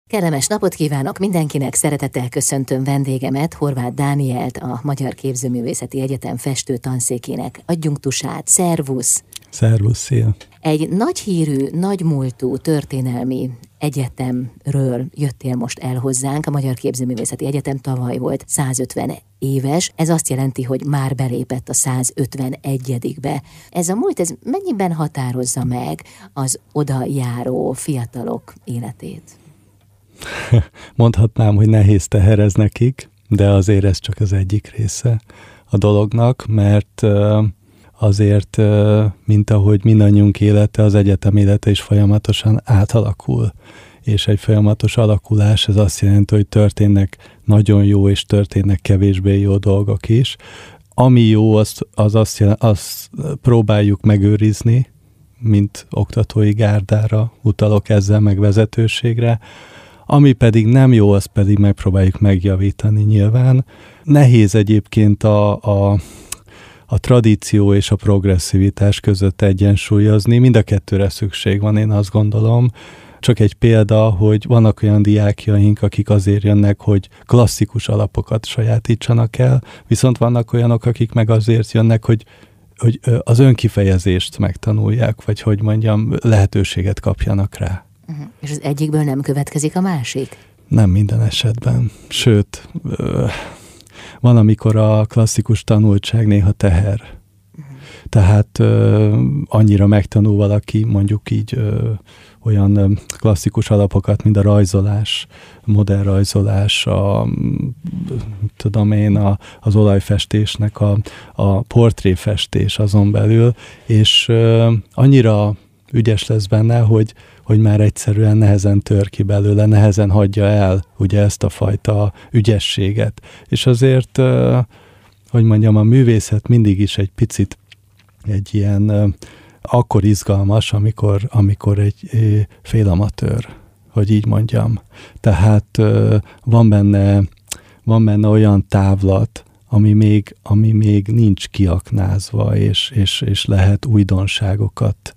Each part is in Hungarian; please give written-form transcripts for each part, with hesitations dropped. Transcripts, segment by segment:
Kellemes napot kívánok mindenkinek, szeretettel köszöntöm vendégemet, Horváth Dánielt, a Magyar Képzőművészeti Egyetem festő tanszékének adjunktusát. Szervusz! Szervusz, szia! Egy nagyhírű, nagymúltú történelmi egyetemről jöttél most el hozzánk. A Magyar Képzőművészeti Egyetem tavaly volt 150 éves. Ez azt jelenti, hogy már belépett a 151-be. Ez a múlt, ez mennyiben határozza meg az oda járó fiatalok életét? Mondhatnám, hogy nehéz teher ez nekik, de azért ez csak az egyik része a dolognak, mert azért, mint ahogy mindannyiunk élete, az egyetem élete is folyamatosan átalakul. És egy folyamatos alakulás, ez azt jelenti, hogy történnek nagyon jó és történnek kevésbé jó dolgok is. Ami jó, azt próbáljuk megőrizni, mint oktatói gárdára utalok ezzel, meg vezetőségre. Ami pedig nem jó, azt pedig megpróbáljuk megjavítani nyilván. Nehéz egyébként a tradíció és a progresszivitás között egyensúlyozni. Mind a kettőre szükség van, én azt gondolom. Csak egy példa, hogy vannak olyan diákjaink, akik azért jönnek, hogy klasszikus alapokat sajátítsanak el, viszont vannak olyanok, akik meg azért jönnek, hogy az önkifejezést megtanulják, vagy hogy mondjam, lehetőséget kapjanak rá. És az egyikből nem következik a másik? Nem minden esetben. Sőt, van, amikor a klasszikus tanultság néha teher. Tehát annyira megtanul valaki, mondjuk így olyan klasszikus alapokat, mint a rajzolás, modellrajzolás, az olajfestésnek a portréfestés azon belül, és annyira ügyes lesz benne, hogy már egyszerűen nehezen tör ki belőle, nehezen hagyja el ugye ezt a fajta ügyességet. És azért, hogy mondjam, a művészet mindig is egy picit egy ilyen akkor izgalmas, amikor egy félamatőr, hogy így mondjam. Tehát van benne olyan távlat, ami még nincs kiaknázva, és lehet újdonságokat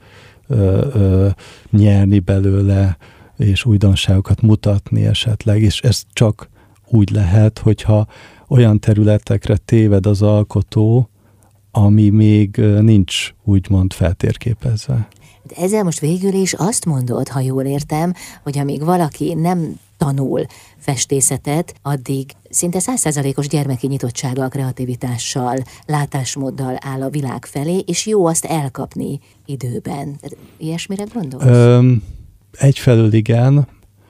nyerni belőle, és újdonságokat mutatni esetleg, és ez csak úgy lehet, hogyha olyan területekre téved az alkotó, ami még nincs úgymond feltérképezve. De ezzel most végül is azt mondod, ha jól értem, hogy amíg valaki nem tanul festészetet, addig szinte 100%-os gyermeki nyitottsággal, kreativitással, látásmóddal áll a világ felé, és jó azt elkapni időben. Ilyesmire gondolsz? Egyfelől igen,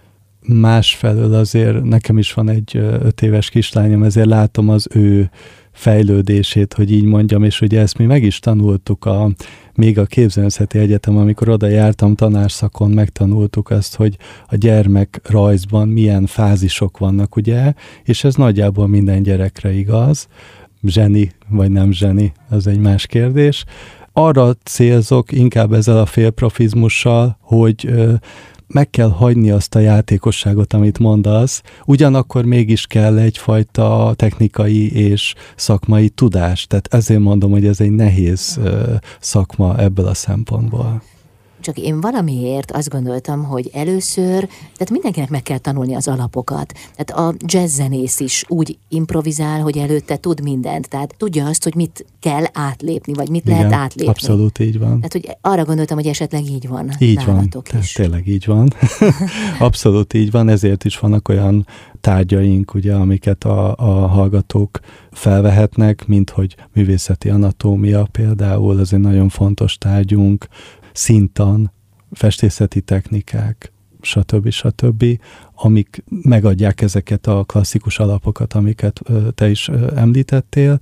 másfelől azért nekem is van egy 5 éves kislányom, ezért látom az ő fejlődését, hogy így mondjam, és ugye ezt mi meg is tanultuk még a Képzőművészeti Egyetem, amikor oda jártam tanárszakon, megtanultuk azt, hogy a gyermekrajzban milyen fázisok vannak, ugye, és ez nagyjából minden gyerekre igaz, zseni vagy nem zseni, az egy más kérdés. Arra célzok inkább ezzel a félprofizmussal, hogy meg kell hagyni azt a játékosságot, amit mondasz, ugyanakkor mégis kell egyfajta technikai és szakmai tudás. Tehát ezért mondom, hogy ez egy nehéz szakma ebből a szempontból. Csak én valamiért azt gondoltam, hogy először, tehát mindenkinek meg kell tanulni az alapokat. Tehát a jazzzenész is úgy improvizál, hogy előtte tud mindent. Tehát tudja azt, hogy mit kell átlépni, vagy mit lehet átlépni. Abszolút így van. Tehát hogy arra gondoltam, hogy esetleg így van. Így van, tehát tényleg így van. Abszolút így van, ezért is vannak olyan tárgyaink, ugye, amiket a hallgatók felvehetnek, mint hogy művészeti anatómia például, ez egy nagyon fontos tárgyunk, színtan, festészeti technikák, stb., amik megadják ezeket a klasszikus alapokat, amiket te is említettél,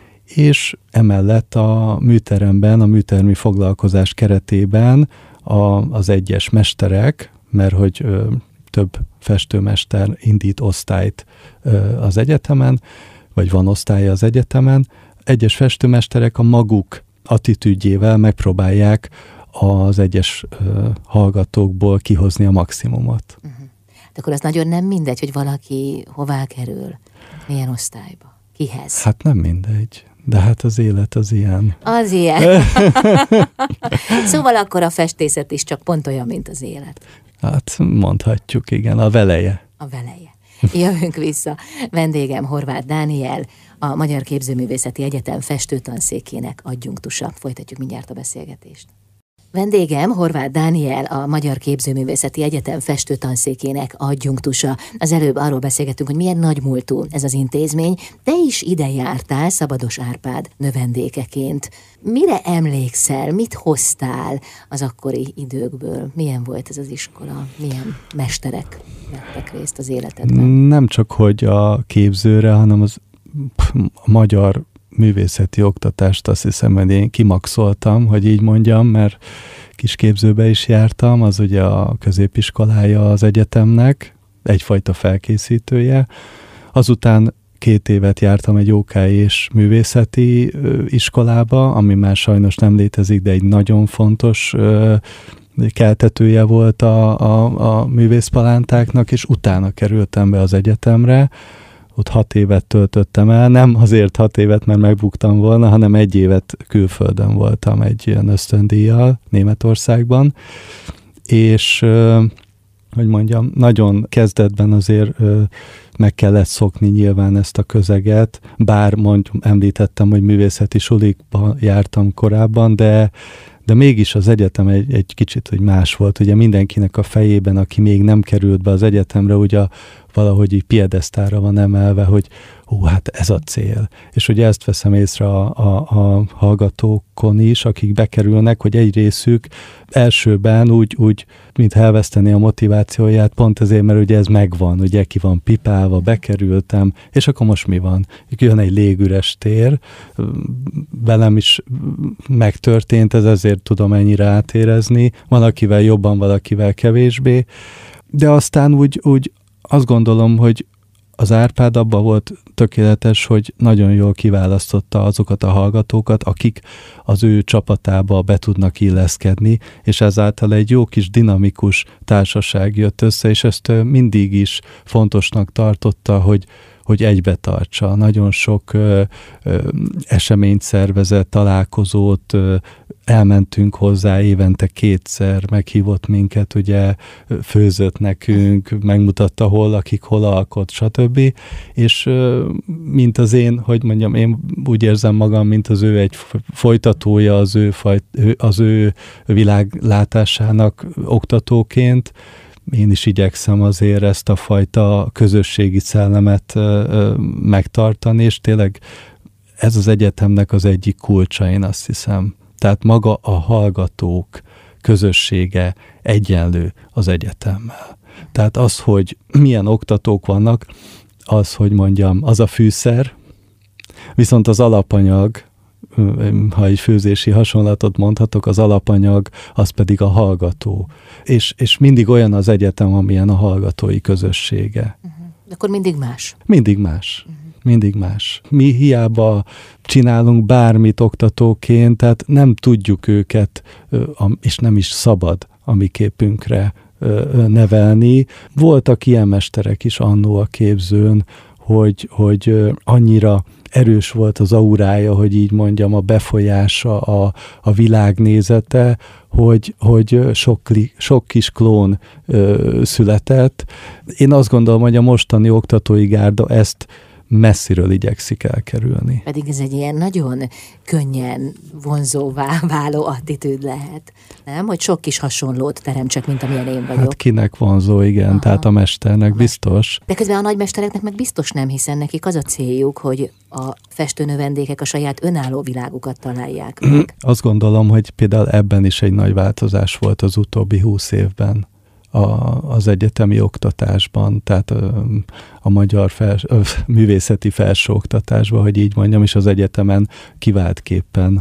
és emellett a műteremben, a műtermi foglalkozás keretében az egyes mesterek, mert hogy több festőmester indít osztályt az egyetemen, vagy van osztálya az egyetemen, egyes festőmesterek a maguk attitűdjével megpróbálják az egyes hallgatókból kihozni a maximumot. De akkor az nagyon nem mindegy, hogy valaki hová kerül, milyen osztályba, kihez? Hát nem mindegy, de hát az élet az ilyen. Az ilyen. Szóval akkor a festészet is csak pont olyan, mint az élet. Hát mondhatjuk, igen, a veleje. A veleje. Jövünk vissza. Vendégem Horváth Dániel, a Magyar Képzőművészeti Egyetem festőtanszékének adjunktusa. Folytatjuk mindjárt a beszélgetést. Vendégem Horváth Dániel, a Magyar Képzőművészeti Egyetem festőtanszékének adjunktusa. Az előbb arról beszélgettünk, hogy milyen nagymúltú ez az intézmény. Te is ide jártál Szabados Árpád növendékeként. Mire emlékszel, mit hoztál az akkori időkből? Milyen volt ez az iskola? Milyen mesterek vettek részt az életedben? Nem csak, hogy a képzőre, hanem a magyar művészeti oktatást azt hiszem, hogy én kimaxoltam, hogy így mondjam, mert kisképzőbe is jártam, az ugye a középiskolája az egyetemnek, egyfajta felkészítője. Azután 2 évet jártam egy OK és művészeti iskolába, ami már sajnos nem létezik, de egy nagyon fontos keltetője volt a művészpalántáknak, és utána kerültem be az egyetemre. Ott 6 évet töltöttem el, nem azért 6 évet, mert megbuktam volna, hanem 1 évet külföldön voltam egy ilyen ösztöndíjjal Németországban, és hogy mondjam, nagyon kezdetben azért meg kellett szokni nyilván ezt a közeget, bár említettem, hogy művészeti sulikba jártam korábban, de mégis az egyetem egy kicsit hogy más volt. Ugye mindenkinek a fejében, aki még nem került be az egyetemre, ugye valahogy így piedesztára van emelve, hogy hát ez a cél. És ugye ezt veszem észre a hallgatókon is, akik bekerülnek, hogy egy részük elsőben úgy mint elveszteni a motivációját, pont ezért, mert ugye ez megvan, ugye ki van pipálva, bekerültem, és akkor most mi van? Jön egy légüres tér, velem is megtörtént, ez ezért tudom ennyire átérezni, van akivel jobban, valakivel kevésbé, de aztán úgy azt gondolom, hogy az Árpád abban volt tökéletes, hogy nagyon jól kiválasztotta azokat a hallgatókat, akik az ő csapatába be tudnak illeszkedni, és ezáltal egy jó kis dinamikus társaság jött össze, és ezt mindig is fontosnak tartotta, hogy egybe tartsa. Nagyon sok eseményt szervezett, találkozót, elmentünk hozzá évente 2-szer, meghívott minket, ugye főzött nekünk, megmutatta hol lakik, hol alkot, stb. És mint az én, hogy mondjam, én úgy érzem magam, mint az ő egy folytatója az ő világlátásának oktatóként, én is igyekszem azért ezt a fajta közösségi szellemet megtartani, és tényleg ez az egyetemnek az egyik kulcsa, én azt hiszem. Tehát maga a hallgatók közössége egyenlő az egyetemmel. Tehát az, hogy milyen oktatók vannak, az, hogy mondjam, az a fűszer, viszont az alapanyag, ha egy főzési hasonlatot mondhatok, az alapanyag, az pedig a hallgató. És mindig olyan az egyetem, amilyen a hallgatói közössége. Akkor mindig más? Mindig más. Mindig más. Mi hiába csinálunk bármit oktatóként, tehát nem tudjuk őket, és nem is szabad a mi képünkre nevelni. Voltak ilyen mesterek is annó a képzőn, hogy annyira erős volt az aurája, hogy így mondjam, a befolyása, a világnézete, hogy sok kis klón született. Én azt gondolom, hogy a mostani oktatói gárda ezt messziről igyekszik elkerülni. Pedig ez egy ilyen nagyon könnyen vonzóvá váló attitűd lehet, nem? Hogy sok kis hasonlót teremtsek, mint amilyen én vagyok. Hát kinek vonzó, igen, aha. Tehát a mesternek biztos. De közben a nagymestereknek meg biztos nem, hiszen nekik az a céljuk, hogy a festőnövendékek a saját önálló világukat találják meg. Azt gondolom, hogy például ebben is egy nagy változás volt az utóbbi 20 évben. Az egyetemi oktatásban, tehát a magyar művészeti felsőoktatásban, hogy így mondjam, és az egyetemen kiváltképpen,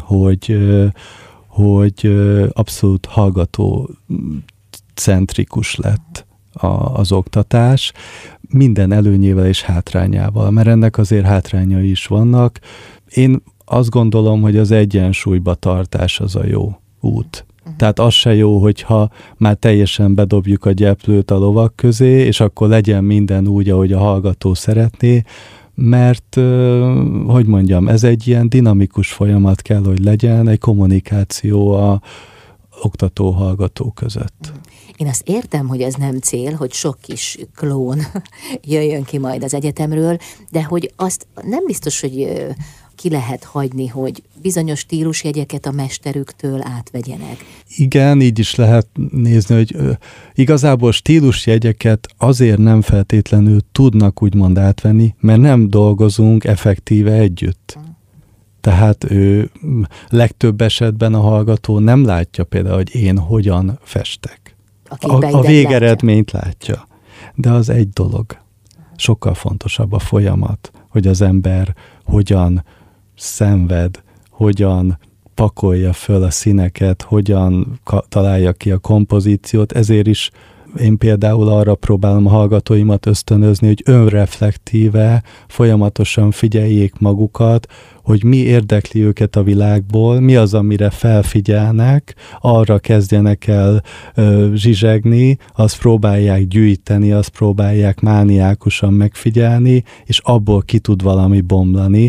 hogy abszolút hallgatócentrikus lett az oktatás, minden előnyével és hátrányával, mert ennek azért hátrányai is vannak. Én azt gondolom, hogy az egyensúlyba tartás az a jó út. Tehát az se jó, hogyha már teljesen bedobjuk a gyeplőt a lovak közé, és akkor legyen minden úgy, ahogy a hallgató szeretné, mert, hogy mondjam, ez egy ilyen dinamikus folyamat kell, hogy legyen, egy kommunikáció a oktató-hallgató között. Én azt értem, hogy ez nem cél, hogy sok kis klón jöjjön ki majd az egyetemről, de hogy azt nem biztos, hogy ki lehet hagyni, hogy bizonyos stílusjegyeket a mesterüktől átvegyenek. Igen, így is lehet nézni, hogy igazából stílusjegyeket azért nem feltétlenül tudnak úgymond átvenni, mert nem dolgozunk effektíve együtt. Tehát ő legtöbb esetben a hallgató nem látja például, hogy én hogyan festek. A végeredményt látja. De az egy dolog. Sokkal fontosabb a folyamat, hogy az ember hogyan szenved, hogyan pakolja föl a színeket, hogyan találja ki a kompozíciót. Ezért is én például arra próbálom a hallgatóimat ösztönözni, hogy önreflektíve, folyamatosan figyeljék magukat, hogy mi érdekli őket a világból, mi az, amire felfigyelnek, arra kezdjenek el zsizsegni, azt próbálják gyűjteni, azt próbálják mániákusan megfigyelni, és abból ki tud valami bomlani,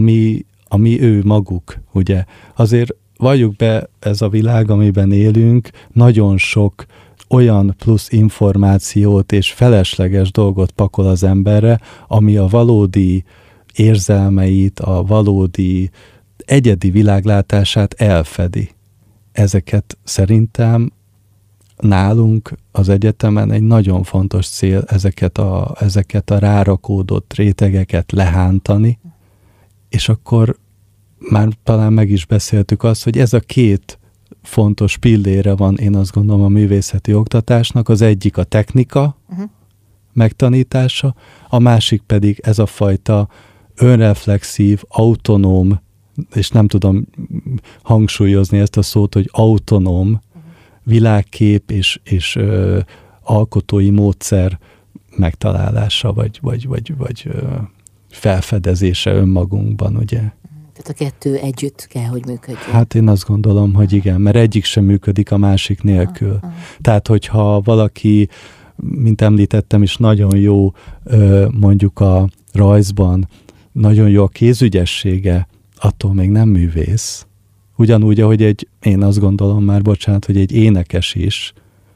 ami ő maguk, ugye. Azért valljuk be, ez a világ, amiben élünk, nagyon sok olyan plusz információt és felesleges dolgot pakol az emberre, ami a valódi érzelmeit, a valódi egyedi világlátását elfedi. Ezeket szerintem nálunk az egyetemen egy nagyon fontos cél ezeket a rárakódott rétegeket lehántani, és akkor már talán meg is beszéltük azt, hogy ez a két fontos pillére van, én azt gondolom, a művészeti oktatásnak. Az egyik a technika megtanítása, a másik pedig ez a fajta önreflexív, autonóm, és nem tudom hangsúlyozni ezt a szót, hogy autonóm világkép és alkotói módszer megtalálása, vagy felfedezése önmagunkban, ugye. Tehát a kettő együtt kell, hogy működjön. Hát én azt gondolom, hogy igen, mert egyik sem működik a másik nélkül. Tehát, hogyha valaki, mint említettem is, nagyon jó mondjuk a rajzban, nagyon jó a kézügyessége, attól még nem művész. Ugyanúgy, ahogy én azt gondolom már, bocsánat, hogy egy énekes is,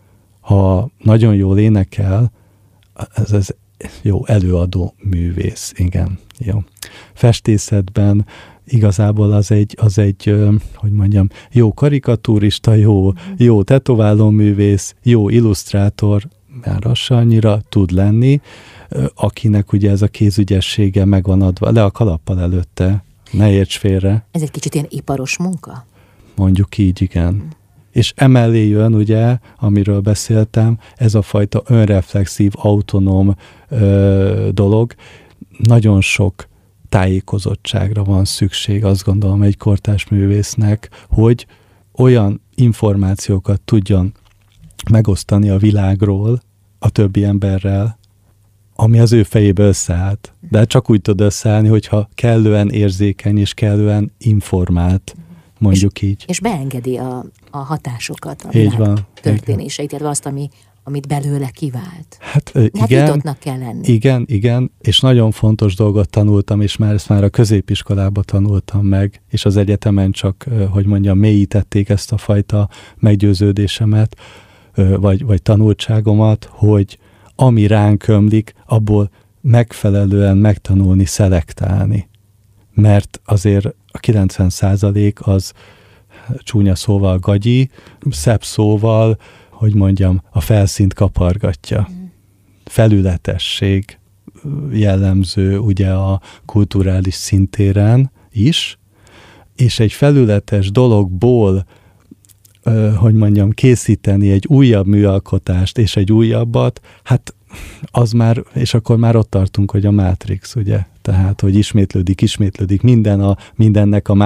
ha nagyon jól énekel, ez jó, előadó művész, igen, jó. Festészetben igazából az egy hogy mondjam, jó karikatúrista, jó tetováló művész, jó illusztrátor, már az se annyira tud lenni, akinek ugye ez a kézügyessége meg van adva, le a kalappal előtte, ne érts félre. Ez egy kicsit ilyen iparos munka? Mondjuk így, igen. És emellé jön, ugye, amiről beszéltem, ez a fajta önreflexív, autonóm dolog. Nagyon sok tájékozottságra van szükség, azt gondolom, egy kortárs művésznek, hogy olyan információkat tudjon megosztani a világról a többi emberrel, ami az ő fejébe összeállt. De csak úgy tud összeállni, hogyha kellően érzékeny és kellően informált, mondjuk így. És beengedi a hatásokat, a világ történéseit, illetve azt, amit belőle kivált. Hát igen, nyitottnak kell lenni. Igen, és nagyon fontos dolgot tanultam, és ezt már a középiskolában tanultam meg, és az egyetemen csak, hogy mondjam, mélyítették ezt a fajta meggyőződésemet, vagy tanultságomat, hogy ami ránk ömlik, abból megfelelően megtanulni, szelektálni. Mert azért a 90% az csúnya szóval gagyi, szebb szóval, hogy mondjam, a felszínt kapargatja. Felületesség jellemző ugye a kulturális szintéren is, és egy felületes dologból, hogy mondjam, készíteni egy újabb műalkotást és egy újabbat, hát az már, és akkor már ott tartunk, hogy a Matrix, ugye? Tehát, hogy ismétlődik mindennek a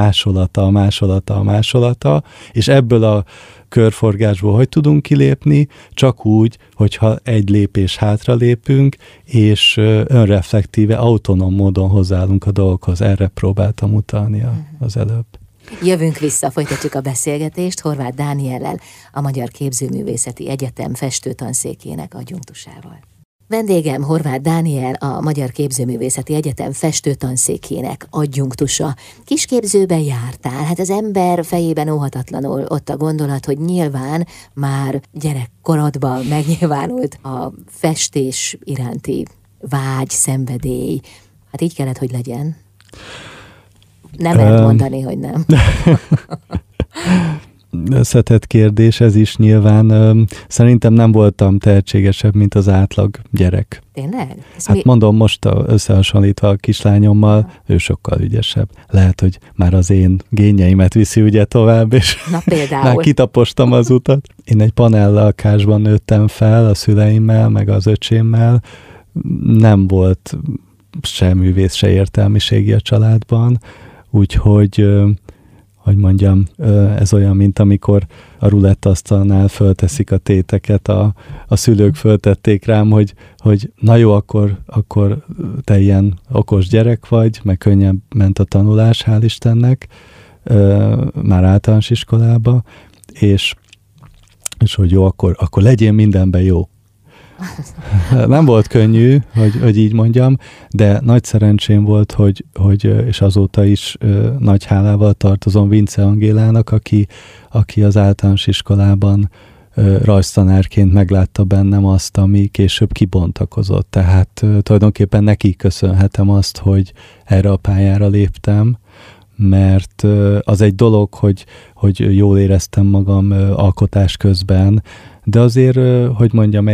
másolata, és ebből a körforgásból hogy tudunk kilépni? Csak úgy, hogyha egy lépés hátra lépünk, és önreflektíve, autonóm módon hozzáállunk a dolgokhoz. Erre próbáltam utalni az előbb. Jövünk vissza, folytatjuk a beszélgetést Horváth Dániellel, a Magyar Képzőművészeti Egyetem festőtanszékének adjunktusával. Vendégem Horváth Dániel, a Magyar Képzőművészeti Egyetem festőtanszékének adjunktusa. Kisképzőbe jártál, hát az ember fejében óhatatlanul ott a gondolat, hogy nyilván már gyerekkorodban megnyilvánult a festés iránti vágy, szenvedély. Hát így kellett, hogy legyen. Nem lehet mondani, hogy nem. Összetett kérdés, ez is nyilván. Szerintem nem voltam tehetségesebb, mint az átlag gyerek. Tényleg? Hát mondom, most összehasonlítva a kislányommal, ő sokkal ügyesebb. Lehet, hogy már az én génjeimet viszi ugye tovább, és már kitapostam az utat. Én egy panellakásban nőttem fel a szüleimmel, meg az öcsémmel. Nem volt se művész, se értelmiségi a családban, úgyhogy hogy mondjam, ez olyan, mint amikor a rulettasztalnál fölteszik a téteket, a szülők föltették rám, hogy na jó, akkor te ilyen okos gyerek vagy, meg könnyen ment a tanulás, hál' Istennek, már általános iskolába, és hogy jó, akkor legyél mindenben jó. Nem volt könnyű, hogy így mondjam, de nagy szerencsém volt, hogy és azóta is nagy hálával tartozom Vince Angélának, aki az általános iskolában rajztanárként meglátta bennem azt, ami később kibontakozott. Tehát tulajdonképpen neki köszönhetem azt, hogy erre a pályára léptem, mert az egy dolog, hogy jól éreztem magam alkotás közben, de azért, hogy mondjam,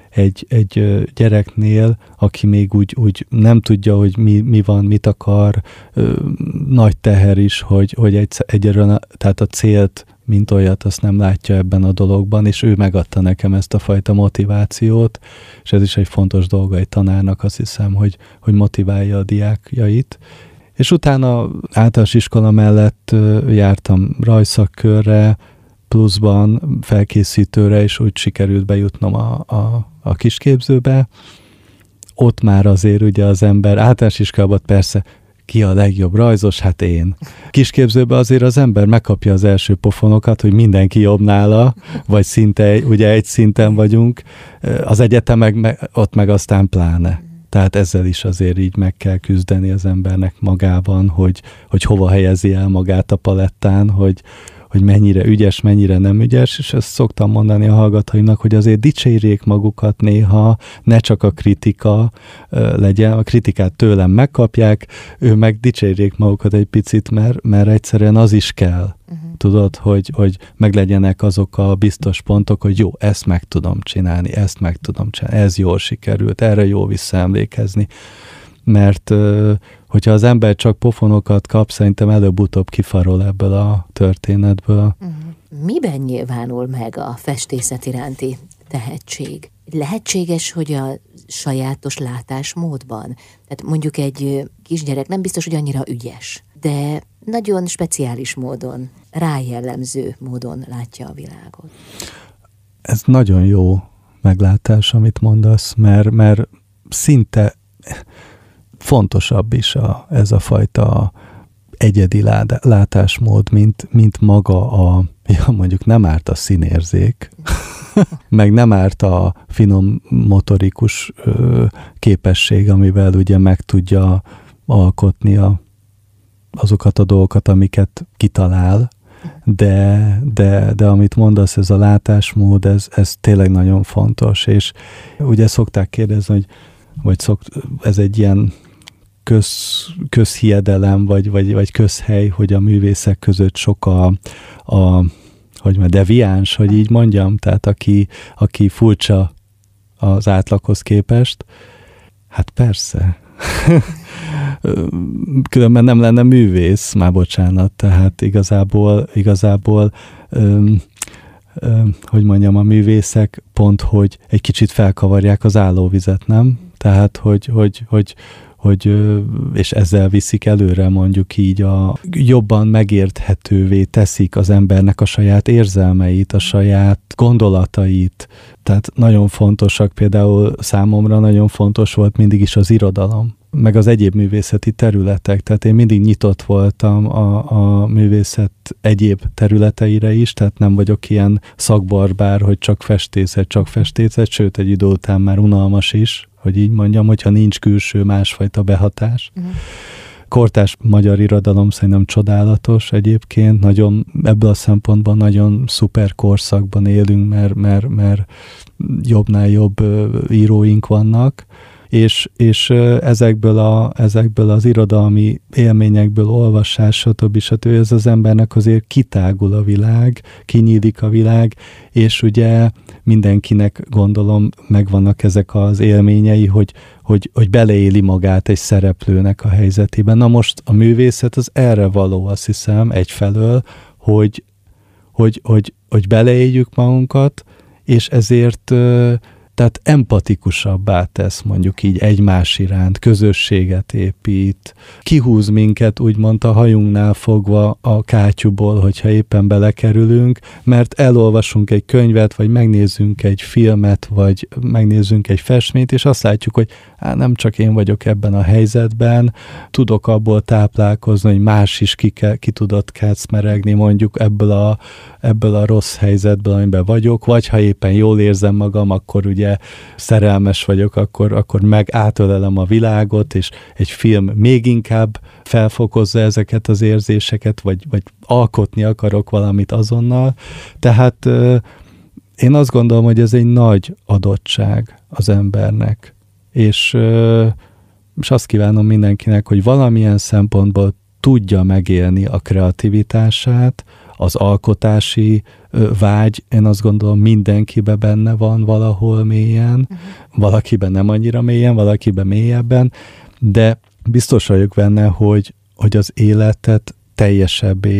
egy gyereknél, aki még úgy nem tudja, hogy mi van, mit akar, nagy teher is, hogy egyszerűen tehát a célt, mint olyat, azt nem látja ebben a dologban, és ő megadta nekem ezt a fajta motivációt, és ez is egy fontos dolga egy tanárnak, azt hiszem, hogy motiválja a diákjait. És utána általános iskola mellett jártam rajzszakkörre, pluszban felkészítőre, és úgy sikerült bejutnom a kisképzőbe. Ott már azért ugye az ember, általános iskolában persze ki a legjobb rajzos, hát én. Kisképzőben azért az ember megkapja az első pofonokat, hogy mindenki jobb nála, vagy szinte, ugye egy szinten vagyunk. Az egyetemek ott meg aztán pláne. Tehát ezzel is azért így meg kell küzdeni az embernek magában, hogy hova helyezi el magát a palettán, hogy mennyire ügyes, mennyire nem ügyes, és ezt szoktam mondani a hallgatóimnak, hogy azért dicsérjék magukat néha, ne csak a kritika legyen, a kritikát tőlem megkapják, ő meg dicsérjék magukat egy picit, mert egyszerűen az is kell. Tudod, hogy meglegyenek azok a biztos pontok, hogy jó, ezt meg tudom csinálni, ezt meg tudom csinálni, ez jól sikerült, erre jól visszaemlékezni. Mert hogyha az ember csak pofonokat kap, szerintem előbb-utóbb kifarol ebből a történetből. Miben nyilvánul meg a festészet iránti tehetség? Lehetséges, hogy a sajátos látásmódban? Tehát mondjuk egy kisgyerek nem biztos, hogy annyira ügyes, de nagyon speciális módon, rájellemző módon látja a világot. Ez nagyon jó meglátás, amit mondasz, mert szinte fontosabb is ez a fajta egyedi látásmód, mint maga mondjuk nem árt a színérzék, meg nem árt a finom motorikus képesség, amivel ugye meg tudja alkotni azokat a dolgokat, amiket kitalál, de amit mondasz, ez a látásmód, ez tényleg nagyon fontos, és ugye szokták kérdezni, ez egy ilyen közhiedelem, vagy közhely, hogy a művészek között sok deviáns, hogy így mondjam, tehát aki furcsa az átlaghoz képest. Hát persze. Különben nem lenne művész, már bocsánat, tehát igazából hogy mondjam, a művészek pont, hogy egy kicsit felkavarják az állóvizet, nem? Tehát, hogy és ezzel viszik előre, mondjuk így jobban megérthetővé teszik az embernek a saját érzelmeit, a saját gondolatait. Tehát nagyon fontosak, például számomra nagyon fontos volt mindig is az irodalom. meg az egyéb művészeti területek. Tehát én mindig nyitott voltam a művészet egyéb területeire is, tehát nem vagyok ilyen szakbarbár, hogy csak festészet, sőt egy idő után már unalmas is, hogy így mondjam, hogyha nincs külső másfajta behatás. Kortárs magyar irodalom szerintem csodálatos egyébként, nagyon, ebből a szempontból nagyon szuper korszakban élünk, mert jobbnál jobb íróink vannak, és ezekből az irodalmi élményekből, olvasás, stb. Ez az embernek azért kitágul a világ, kinyílik a világ, és ugye mindenkinek gondolom megvannak ezek az élményei, hogy beleéli magát egy szereplőnek a helyzetében. Na most a művészet az erre való, azt hiszem, egyfelől, hogy beleéljük magunkat, és ezért tehát empatikusabbá tesz, mondjuk így egymás iránt, közösséget épít, kihúz minket úgymond a hajunknál fogva a kátyúból, hogyha éppen belekerülünk, mert elolvasunk egy könyvet, vagy megnézzünk egy filmet, vagy megnézzünk egy festményt, és azt látjuk, hogy nem csak én vagyok ebben a helyzetben, tudok abból táplálkozni, hogy más is ki tudott kecmeregni mondjuk ebből a rossz helyzetből, amiben vagyok, vagy ha éppen jól érzem magam, akkor ugye szerelmes vagyok, akkor meg átölelem a világot, és egy film még inkább felfokozza ezeket az érzéseket, vagy alkotni akarok valamit azonnal. Tehát én azt gondolom, hogy ez egy nagy adottság az embernek, és azt kívánom mindenkinek, hogy valamilyen szempontból tudja megélni a kreativitását, az alkotási vágy, én azt gondolom mindenkiben benne van valahol mélyen, valakiben nem annyira mélyen, valakiben mélyebben, de biztos vagyok benne, hogy az életet teljesebbé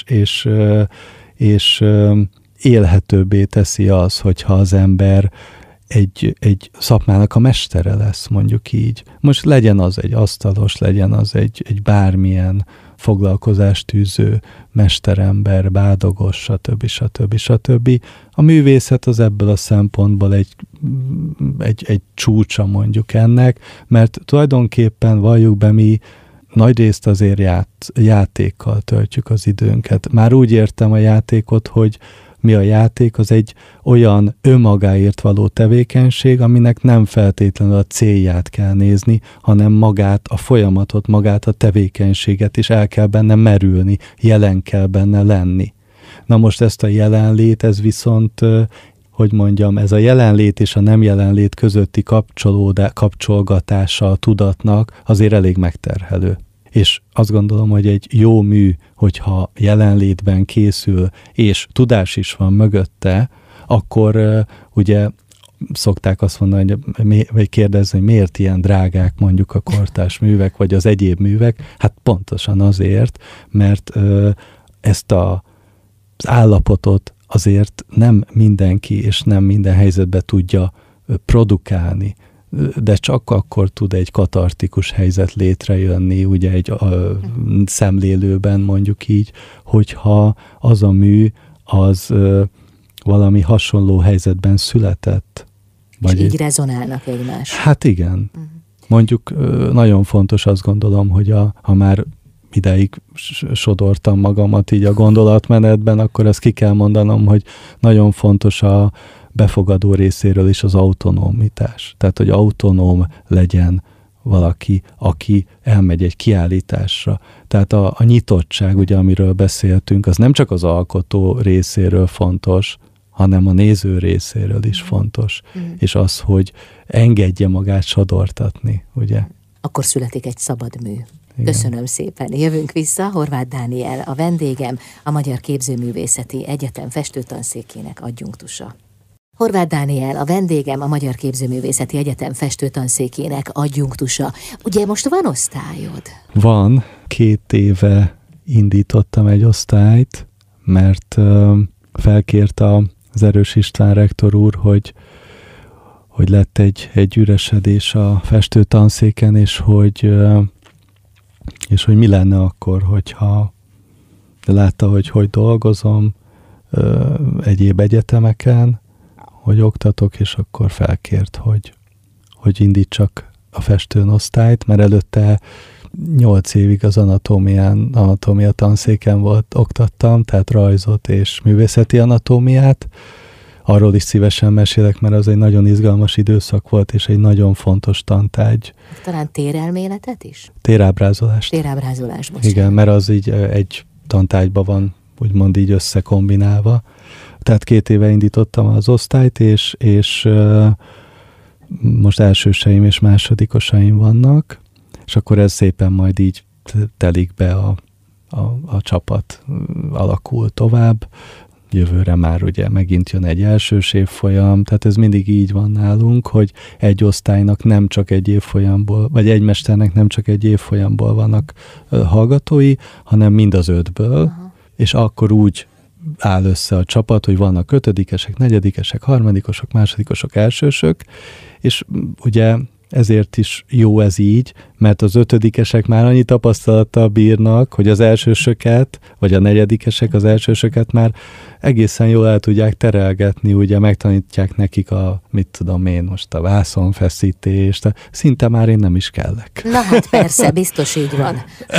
és élhetőbbé teszi az, hogyha az ember egy szakmának a mestere lesz, mondjuk így. Most legyen az egy asztalos, legyen az egy bármilyen foglalkozást tűző mesterember, bádogos, stb. A művészet az ebből a szempontból egy csúcsa mondjuk ennek, mert tulajdonképpen valljuk be, mi nagyrészt azért játékkal töltjük az időnket. Már úgy értem a játékot, hogy mi a játék, az egy olyan önmagáért való tevékenység, aminek nem feltétlenül a célját kell nézni, hanem magát, a folyamatot, magát a tevékenységet, és el kell benne merülni, jelen kell benne lenni. Na most ezt a jelenlét, ez viszont, hogy mondjam, ez a jelenlét és a nem jelenlét közötti kapcsolgatása a tudatnak azért elég megterhelő. És azt gondolom, hogy egy jó mű, hogyha jelenlétben készül, és tudás is van mögötte, akkor ugye szokták azt mondani, vagy kérdezni, hogy miért ilyen drágák mondjuk a kortárs művek, vagy az egyéb művek. Hát pontosan azért, mert ezt az állapotot azért nem mindenki, és nem minden helyzetben tudja produkálni, de csak akkor tud egy katartikus helyzet létrejönni, ugye egy szemlélőben mondjuk így, hogyha az a mű az valami hasonló helyzetben született. És így rezonálnak egymás. Hát igen. Mondjuk nagyon fontos, azt gondolom, hogy ha már ideig sodortam magamat így a gondolatmenetben, akkor ezt ki kell mondanom, hogy nagyon fontos a befogadó részéről is az autonomitás. Tehát, hogy autonóm legyen valaki, aki elmegy egy kiállításra. Tehát a nyitottság, ugye, amiről beszéltünk, az nem csak az alkotó részéről fontos, hanem a néző részéről is fontos. És az, hogy engedje magát sodortatni, ugye. Akkor születik egy szabad mű. Igen. Köszönöm szépen. Jövünk vissza. Horváth Dániel a vendégem, a Magyar Képzőművészeti Egyetem festőtanszékének adjunktusa. Horváth Dániel a vendégem, a Magyar Képzőművészeti Egyetem festőtanszékének adjunktusa. Ugye most van osztályod? Van. 2 éve indítottam egy osztályt, mert felkért az Erős István rektor úr, hogy lett egy üresedés a festőtanszéken, és hogy mi lenne akkor, hogyha látta, hogy dolgozom egyéb egyetemeken, hogy oktatok, és akkor felkért, hogy indítsak a festőn osztályt, mert előtte 8 évig az anatómia tanszéken oktattam, tehát rajzot és művészeti anatómiát. Arról is szívesen mesélek, mert az egy nagyon izgalmas időszak volt, és egy nagyon fontos tantárgy. Talán térelméletet is? Térábrázolást. Térábrázolás, most. Igen, mert az így egy tantárgyban van, úgymond így összekombinálva. Tehát 2 éve indítottam az osztályt, és most elsőseim és másodikosaim vannak, és akkor ez szépen majd így telik be a csapat, alakul tovább. Jövőre már ugye megint jön egy elsős évfolyam, tehát ez mindig így van nálunk, hogy egy osztálynak nem csak egy évfolyamból, vagy egy mesternek nem csak egy évfolyamból vannak hallgatói, hanem mind az 5-ből, és akkor úgy áll össze a csapat, hogy vannak 5-esek, 4-esek, 3-osok, másodikosok, elsősök, és ugye ezért is jó ez így, mert az 5-esek már annyi tapasztalattal bírnak, hogy az elsősöket, vagy a 4-esek az elsősöket már egészen jól el tudják terelgetni, ugye megtanítják nekik mit tudom én most, a vászonfeszítést, szinte már én nem is kellek. Na hát persze, biztos így van.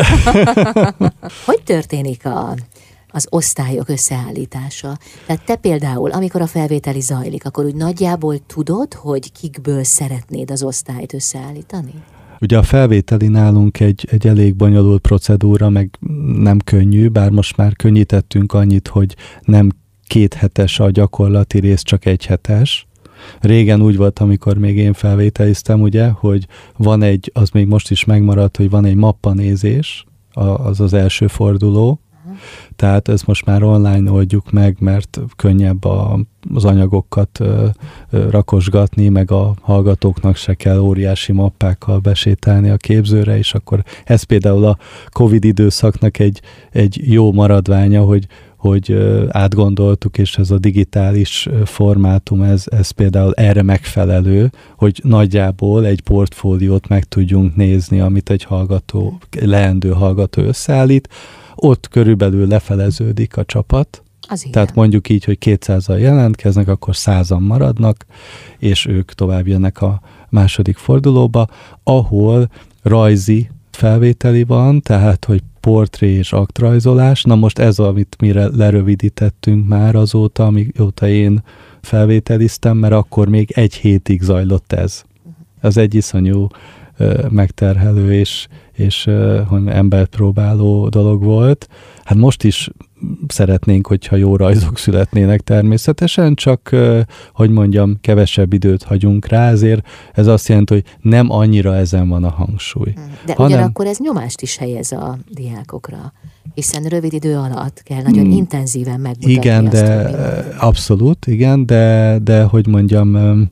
Hogy történik az osztályok összeállítása? Tehát te például, amikor a felvételi zajlik, akkor úgy nagyjából tudod, hogy kikből szeretnéd az osztályt összeállítani? Ugye a felvételi nálunk egy elég bonyolult procedúra, meg nem könnyű, bár most már könnyítettünk annyit, hogy nem 2 hetes a gyakorlati rész, csak 1 hetes. Régen úgy volt, amikor még én felvételiztem, ugye, hogy van az még most is megmaradt, hogy van egy mappanézés, az első forduló, tehát ezt most már online oldjuk meg, mert könnyebb az anyagokat rakosgatni, meg a hallgatóknak se kell óriási mappákkal besétálni a képzőre, és akkor ez például a Covid időszaknak egy jó maradványa, hogy átgondoltuk, és ez a digitális formátum, ez például erre megfelelő, hogy nagyjából egy portfóliót meg tudjunk nézni, amit egy leendő hallgató összeállít. Ott körülbelül lefeleződik a csapat. Tehát mondjuk így, hogy 200-al jelentkeznek, akkor 100-an maradnak, és ők tovább jönnek a második fordulóba, ahol rajzi felvételi van, tehát, hogy portré és aktrajzolás. Na most ez, amit mire lerövidítettünk már azóta, amióta én felvételiztem, mert akkor még 1 hétig zajlott ez. Az egy iszonyú megterhelő és emberpróbáló dolog volt. Hát most is szeretnénk, hogyha jó rajzok születnének természetesen, csak, hogy mondjam, kevesebb időt hagyunk rá, ezért ez azt jelenti, hogy nem annyira ezen van a hangsúly. De ugyanakkor ez nyomást is helyez a diákokra, hiszen rövid idő alatt kell nagyon intenzíven megmutatni. Igen, abszolút, igen, de hogy mondjam,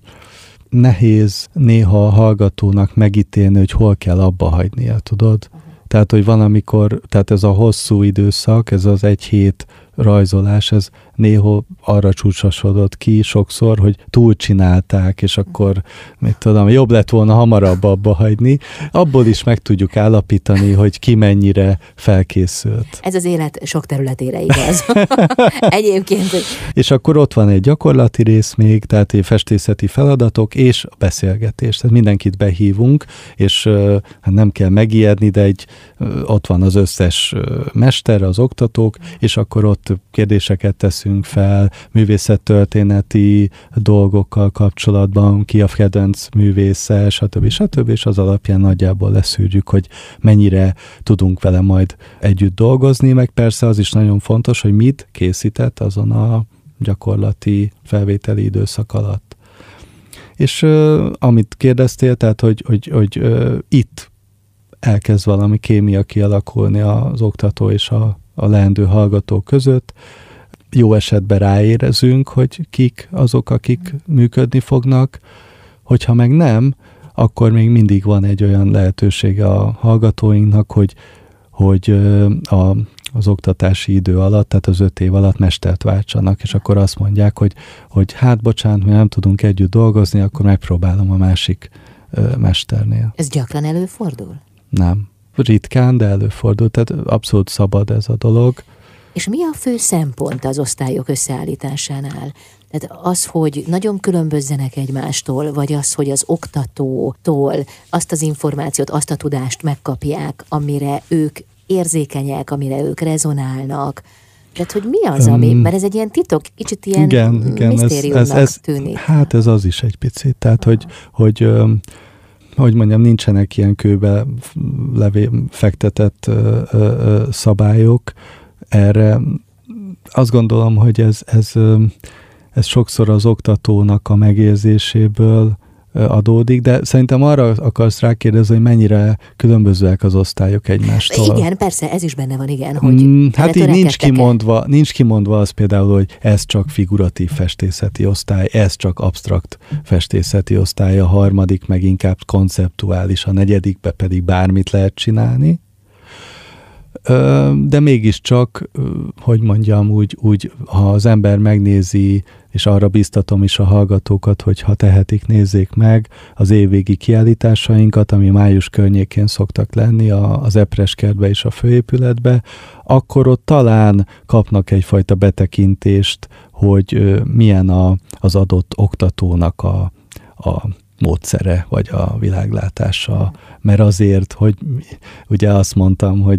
nehéz néha a hallgatónak megítélni, hogy hol kell abba hagynia, tudod? Tehát, hogy van, amikor, tehát ez a hosszú időszak, ez az 1 hét rajzolás, ez néha arra csúcsosodott ki sokszor, hogy túlcsinálták, és akkor, mit tudom, jobb lett volna hamarabb abba hagyni. Abból is meg tudjuk állapítani, hogy ki mennyire felkészült. Ez az élet sok területére igaz. Egyébként. És akkor ott van egy gyakorlati rész még, tehát egy festészeti feladatok és a beszélgetés. Tehát mindenkit behívunk, és hát nem kell megijedni, de ott van az összes mester, az oktatók, és akkor ott kérdéseket teszünk fel, művészettörténeti dolgokkal kapcsolatban, ki a kedvenc művésze, stb. És az alapján nagyjából leszűrjük, hogy mennyire tudunk vele majd együtt dolgozni, meg persze az is nagyon fontos, hogy mit készített azon a gyakorlati felvételi időszak alatt. És amit kérdeztél, tehát, hogy itt elkezd valami kémia kialakulni az oktató és a leendő hallgató között. Jó esetben ráérezünk, hogy kik azok, akik működni fognak. Hogyha meg nem, akkor még mindig van egy olyan lehetősége a hallgatóinknak, hogy az oktatási idő alatt, tehát az 5 év alatt mestert váltsanak, és akkor azt mondják, hogy hát bocsánat, mi nem tudunk együtt dolgozni, akkor megpróbálom a másik mesternél. Ez gyakran előfordul? Nem. Ritkán, de előfordul, tehát abszolút szabad ez a dolog. És mi a fő szempont az osztályok összeállításánál? Tehát az, hogy nagyon különbözzenek egymástól, vagy az, hogy az oktatótól azt az információt, azt a tudást megkapják, amire ők érzékenyek, amire ők rezonálnak. Tehát, hogy mi az, ami, mert ez egy ilyen titok, kicsit ilyen misztériumnak tűnik. Hát ez az is egy picit. Tehát, hogy mondjam, nincsenek ilyen kőbe fektetett szabályok erre. Azt gondolom, hogy ez sokszor az oktatónak a megérzéséből adódik, de szerintem arra akarsz rákérdezni, hogy mennyire különbözőek az osztályok egymástól. Igen, persze, ez is benne van, igen. Hogy hát így nincs kimondva az például, hogy ez csak figuratív festészeti osztály, ez csak absztrakt festészeti osztály, a harmadik meg inkább konceptuális, a negyedikbe pedig bármit lehet csinálni. De mégiscsak, hogy mondjam, úgy, ha az ember megnézi, és arra biztatom is a hallgatókat, hogy ha tehetik, nézzék meg az évvégi kiállításainkat, ami május környékén szoktak lenni az Epres kertbe és a főépületbe, akkor ott talán kapnak egyfajta betekintést, hogy milyen az adott oktatónak a módszere, vagy a világlátása. Mert azért, hogy ugye azt mondtam, hogy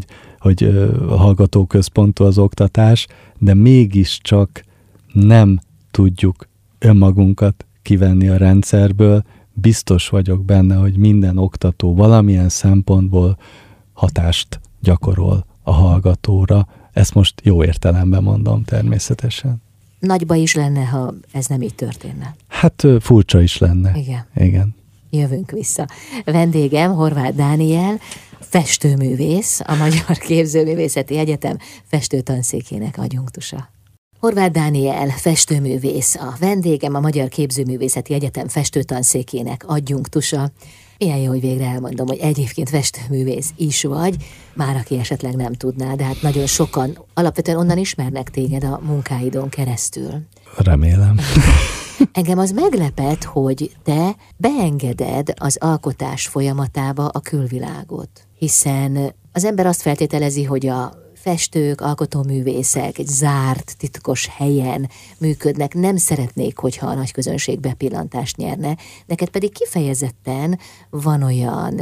hallgatóközpontú az oktatás, de mégiscsak nem tudjuk önmagunkat kivenni a rendszerből. Biztos vagyok benne, hogy minden oktató valamilyen szempontból hatást gyakorol a hallgatóra. Ezt most jó értelemben mondom természetesen. Nagyba is lenne, ha ez nem így történne. Hát furcsa is lenne. Igen. Jövünk vissza. Vendégem Horváth Dániel, festőművész, a Magyar Képzőművészeti Egyetem festőtanszékének adjunktusa. Horváth Dániel, festőművész, a vendégem, a Magyar Képzőművészeti Egyetem festőtanszékének adjunktusa. Milyen jó, hogy végre elmondom, hogy egyébként festőművész is vagy, már aki esetleg nem tudná, de hát nagyon sokan alapvetően onnan ismernek téged a munkáidon keresztül. Remélem. Engem az meglepett, hogy te beengeded az alkotás folyamatába a külvilágot, hiszen az ember azt feltételezi, hogy a festők, alkotóművészek egy zárt, titkos helyen működnek, nem szeretnék, hogyha a nagy közönség bepillantást nyerne. Neked pedig kifejezetten van olyan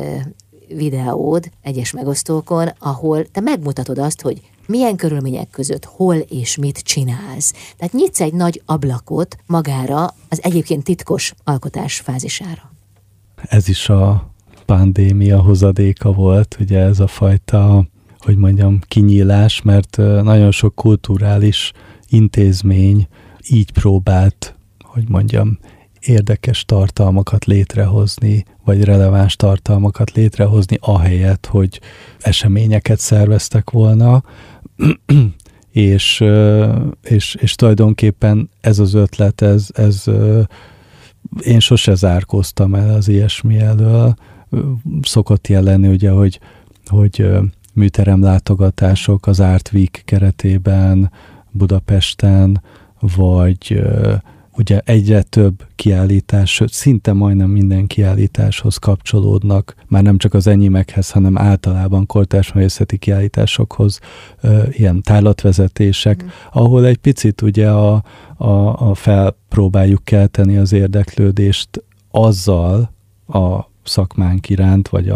videód egyes megosztókon, ahol te megmutatod azt, hogy milyen körülmények között, hol és mit csinálsz. Tehát nyitsz egy nagy ablakot magára az egyébként titkos alkotás fázisára. Ez is a pandémia hozadéka volt, ugye ez a fajta, hogy mondjam, kinyílás, mert nagyon sok kulturális intézmény így próbált, hogy mondjam, érdekes tartalmakat létrehozni, vagy releváns tartalmakat létrehozni, ahelyett, hogy eseményeket szerveztek volna, és tulajdonképpen ez az ötlet, én sose zárkóztam el az ilyesmi elől. Szokott jelenni, ugye, hogy műteremlátogatások az Art Week keretében Budapesten, vagy ugye egyre több kiállítás, sőt, szinte majdnem minden kiállításhoz kapcsolódnak, már nem csak az enyémekhez, hanem általában kortárs művészeti kiállításokhoz ilyen tárlatvezetések, ahol egy picit ugye felpróbáljuk kelteni az érdeklődést azzal a szakmánk iránt, vagy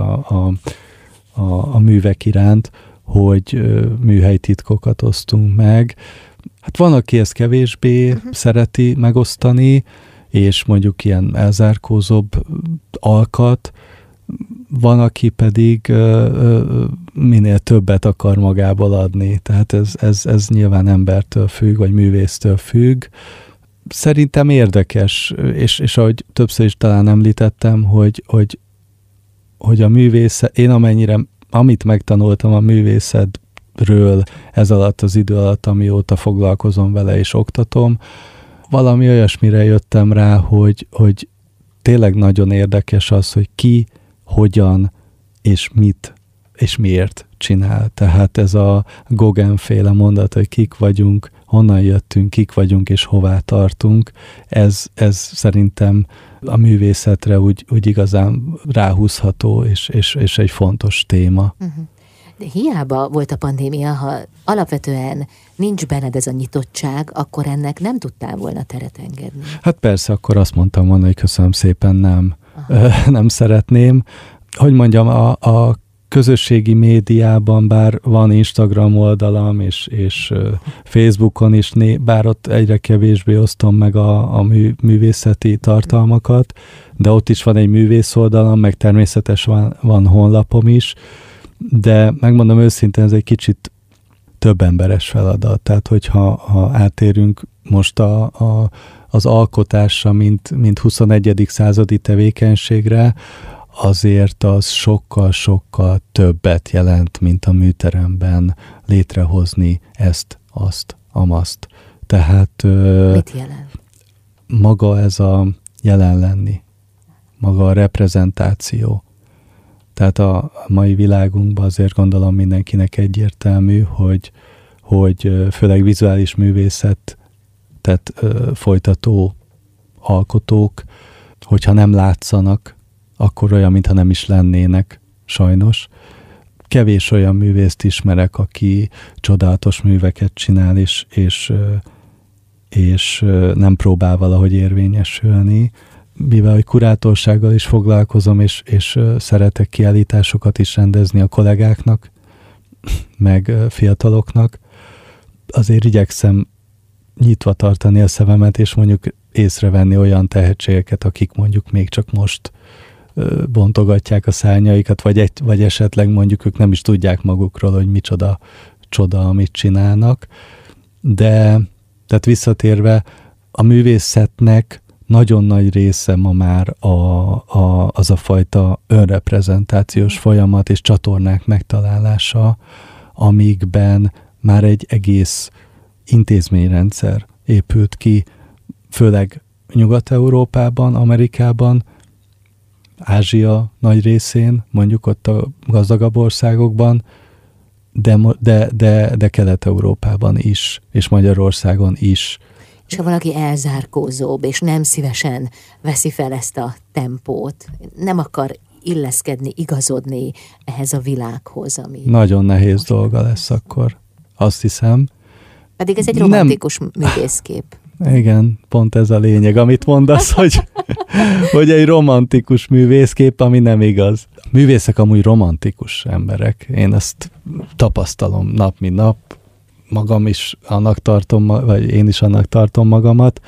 a művek iránt, hogy műhelytitkokat osztunk meg. Hát van, aki ezt kevésbé szereti megosztani, és mondjuk ilyen elzárkózóbb alkat, van, aki pedig minél többet akar magából adni. Tehát ez nyilván embertől függ, vagy művésztől függ. Szerintem érdekes, és ahogy többször is talán említettem, hogy a művészet, én amit megtanultam a művészetről ez alatt az idő alatt, amióta foglalkozom vele és oktatom, valami olyasmire jöttem rá, hogy tényleg nagyon érdekes az, hogy ki, hogyan és mit és miért csinál. Tehát ez a Gauguin-féle mondat, hogy kik vagyunk, honnan jöttünk, kik vagyunk és hová tartunk, ez szerintem a művészetre úgy igazán ráhúzható és egy fontos téma. Hiába volt a pandémia, ha alapvetően nincs benned ez a nyitottság, akkor ennek nem tudtál volna teret engedni. Hát persze, akkor azt mondtam volna, hogy köszönöm szépen, nem szeretném. Hogy mondjam, a közösségi médiában, bár van Instagram oldalam, és Facebookon is, bár ott egyre kevésbé osztom meg a művészeti tartalmakat, de ott is van egy művész oldalam, meg természetesen van honlapom is, de megmondom őszintén, ez egy kicsit több emberes feladat. Tehát, hogyha átérünk most az alkotásra, mint 21. századi tevékenységre, azért az sokkal-sokkal többet jelent, mint a műteremben létrehozni ezt, azt, amazt. Tehát mit jelent? Maga ez a jelen lenni, maga a reprezentáció. Tehát a mai világunkban azért gondolom mindenkinek egyértelmű, hogy főleg vizuális művészet, tehát folytató alkotók, hogyha nem látszanak, akkor olyan, mintha nem is lennének, sajnos. Kevés olyan művészt ismerek, aki csodálatos műveket csinál, és nem próbál valahogy érvényesülni. Mivel hogy kurátorsággal is foglalkozom, és szeretek kiállításokat is rendezni a kollégáknak, meg fiataloknak, azért igyekszem nyitva tartani a szememet, és mondjuk észrevenni olyan tehetségeket, akik mondjuk még csak most bontogatják a szárnyaikat, vagy esetleg mondjuk ők nem is tudják magukról, hogy micsoda csoda, amit csinálnak. De tehát visszatérve, a művészetnek nagyon nagy része ma már az a fajta önreprezentációs folyamat és csatornák megtalálása, amikben már egy egész intézményrendszer épült ki, főleg Nyugat-Európában, Amerikában, Ázsia nagy részén, mondjuk ott a gazdagabb országokban, de Kelet-Európában is, és Magyarországon is. És ha valaki elzárkózóbb, és nem szívesen veszi fel ezt a tempót, nem akar illeszkedni, igazodni ehhez a világhoz, ami... Nagyon nehéz dolga lesz akkor, azt hiszem. Pedig ez egy romantikus művészkép. Igen, pont ez a lényeg, amit mondasz, hogy egy romantikus művészkép, ami nem igaz. Művészek amúgy romantikus emberek. Én ezt tapasztalom nap, mint nap. Magam is annak tartom, vagy én is annak tartom magamat.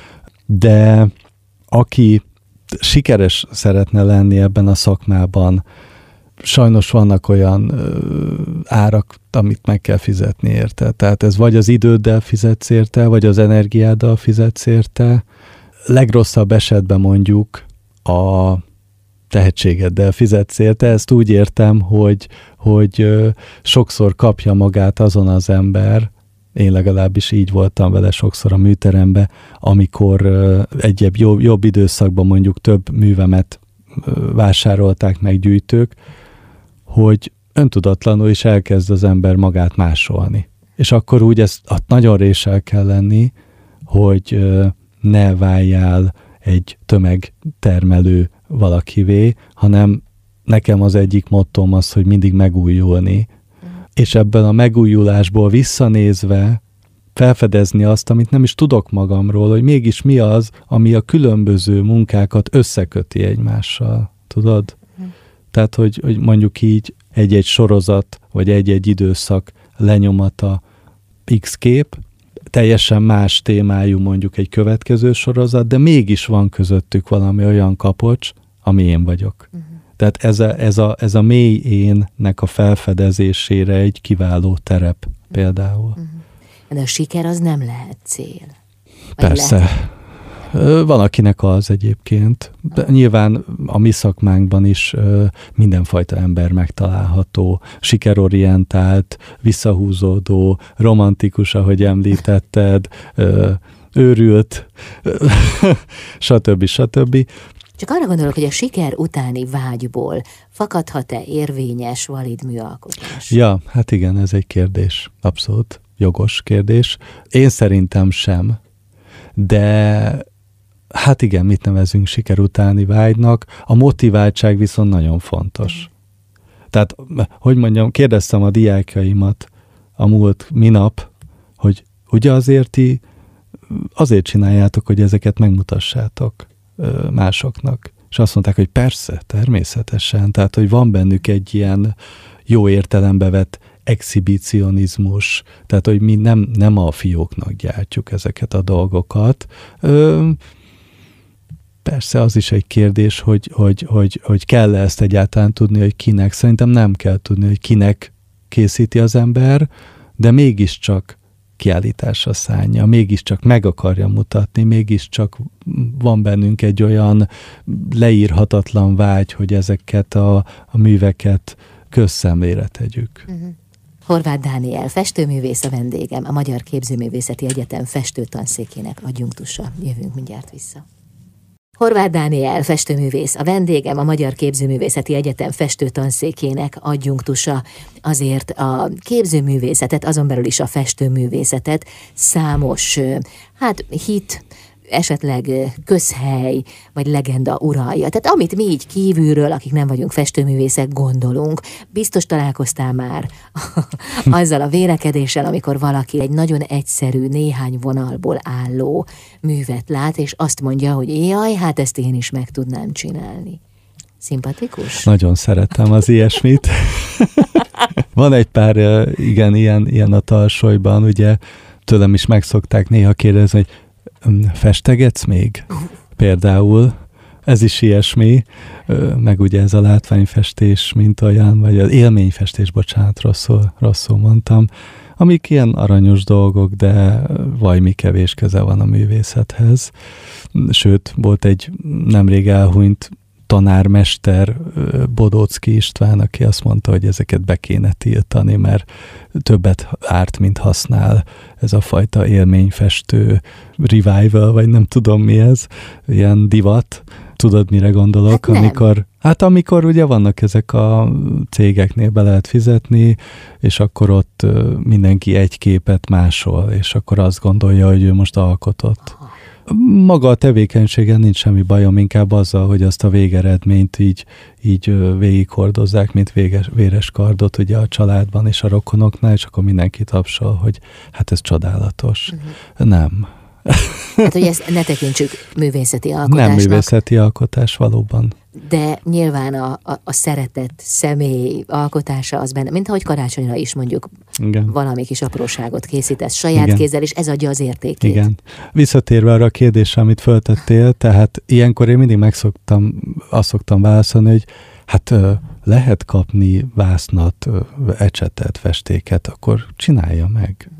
De aki sikeres szeretne lenni ebben a szakmában, sajnos vannak olyan árak, amit meg kell fizetni érte. Tehát ez vagy az időddel fizetsz érte, vagy az energiáddal fizetsz érte. Legrosszabb esetben mondjuk a tehetségeddel fizetsz érte. Ezt úgy értem, hogy sokszor kapja magát azon az ember, én legalábbis így voltam vele sokszor a műteremben, amikor egy jobb időszakban mondjuk több művemet vásárolták meg gyűjtők, hogy öntudatlanul is elkezd az ember magát másolni. És akkor úgy ezt nagyon réssel kell lenni, hogy ne váljál egy tömegtermelő valakivé, hanem nekem az egyik mottom az, hogy mindig megújulni. És ebben a megújulásból visszanézve felfedezni azt, amit nem is tudok magamról, hogy mégis mi az, ami a különböző munkákat összeköti egymással. Tudod? Tehát, hogy mondjuk így egy-egy sorozat, vagy egy-egy időszak lenyomata X kép, teljesen más témájú mondjuk egy következő sorozat, de mégis van közöttük valami olyan kapocs, ami én vagyok. Tehát ez a mély énnek a felfedezésére egy kiváló terep például. De a siker az nem lehet cél. Persze. Lehet? Van, akinek az egyébként. De nyilván a mi szakmánkban is mindenfajta ember megtalálható, sikerorientált, visszahúzódó, romantikus, ahogy említetted, őrült, stb. Csak arra gondolok, hogy a siker utáni vágyból fakadhat-e érvényes, valid műalkotás? Ja, hát igen, ez egy kérdés. Abszolút jogos kérdés. Én szerintem sem. De hát igen, mit nevezünk siker utáni vágynak? A motiváltság viszont nagyon fontos. Tehát, hogy mondjam, kérdeztem a diákjaimat a minap, hogy ugye azért csináljátok, hogy ezeket megmutassátok másoknak. És azt mondták, hogy persze, természetesen. Tehát, hogy van bennük egy ilyen jó értelembe vett exhibicionizmus, tehát, hogy mi nem a fióknak gyártjuk ezeket a dolgokat. Persze az is egy kérdés, hogy kell ezt egyáltalán tudni, hogy kinek. Szerintem nem kell tudni, hogy kinek készíti az ember, de mégiscsak kiállításra szánja, mégiscsak meg akarja mutatni, mégiscsak van bennünk egy olyan leírhatatlan vágy, hogy ezeket a műveket közszemlére tegyük. Horváth Dániel, festőművész a vendégem, a Magyar Képzőművészeti Egyetem festőtanszékének adjunktusa. Jövünk mindjárt vissza. Horváth Dániel, festőművész, a vendégem, a Magyar Képzőművészeti Egyetem festőtanszékének adjunktusa. Azért a képzőművészetet, azon belül is a festőművészetet számos, hit, esetleg közhely, vagy legenda uralja. Tehát amit mi így kívülről, akik nem vagyunk festőművészek, gondolunk. Biztos találkoztál már azzal a vélekedéssel, amikor valaki egy nagyon egyszerű, néhány vonalból álló művet lát, és azt mondja, hogy jaj, hát ezt én is meg tudnám csinálni. Szimpatikus? Nagyon szeretem az ilyesmit. Van egy pár, igen, ilyen a Tarsolyban, ugye tőlem is megszokták néha kérdezni, hogy festegetsz még? Például ez is ilyesmi, meg ugye ez a látványfestés, mint olyan, vagy az élményfestés, bocsánat, rosszul mondtam, amik ilyen aranyos dolgok, de vajmi kevés köze van a művészethez. Sőt, volt egy nemrég elhunyt tanármester, Bodóczky István, aki azt mondta, hogy ezeket be kéne tiltani, mert többet árt, mint használ ez a fajta élményfestő revival, vagy nem tudom mi ez, ilyen divat. Tudod, mire gondolok? Amikor ugye vannak ezek a cégeknél, be lehet fizetni, és akkor ott mindenki egy képet másol, és akkor azt gondolja, hogy ő most alkotott. Maga a tevékenységen nincs semmi bajom, inkább azzal, hogy azt a végeredményt így végighordozzák, mint véres kardot ugye a családban és a rokonoknál, és akkor mindenki tapsol, hogy hát ez csodálatos. Nem. Hát, hogy ezt ne tekintsük művészeti alkotásnak. Nem művészeti alkotás valóban. De nyilván a szeretett személy alkotása az benne, mint ahogy karácsonyra is mondjuk igen. Valami kis apróságot készítesz saját igen. kézzel, és ez adja az értékét. Igen. Visszatérve arra a kérdésre, amit föltettél, tehát ilyenkor én mindig azt szoktam válaszolni, hogy hát lehet kapni vásznat, ecsetet, festéket, akkor csinálja meg.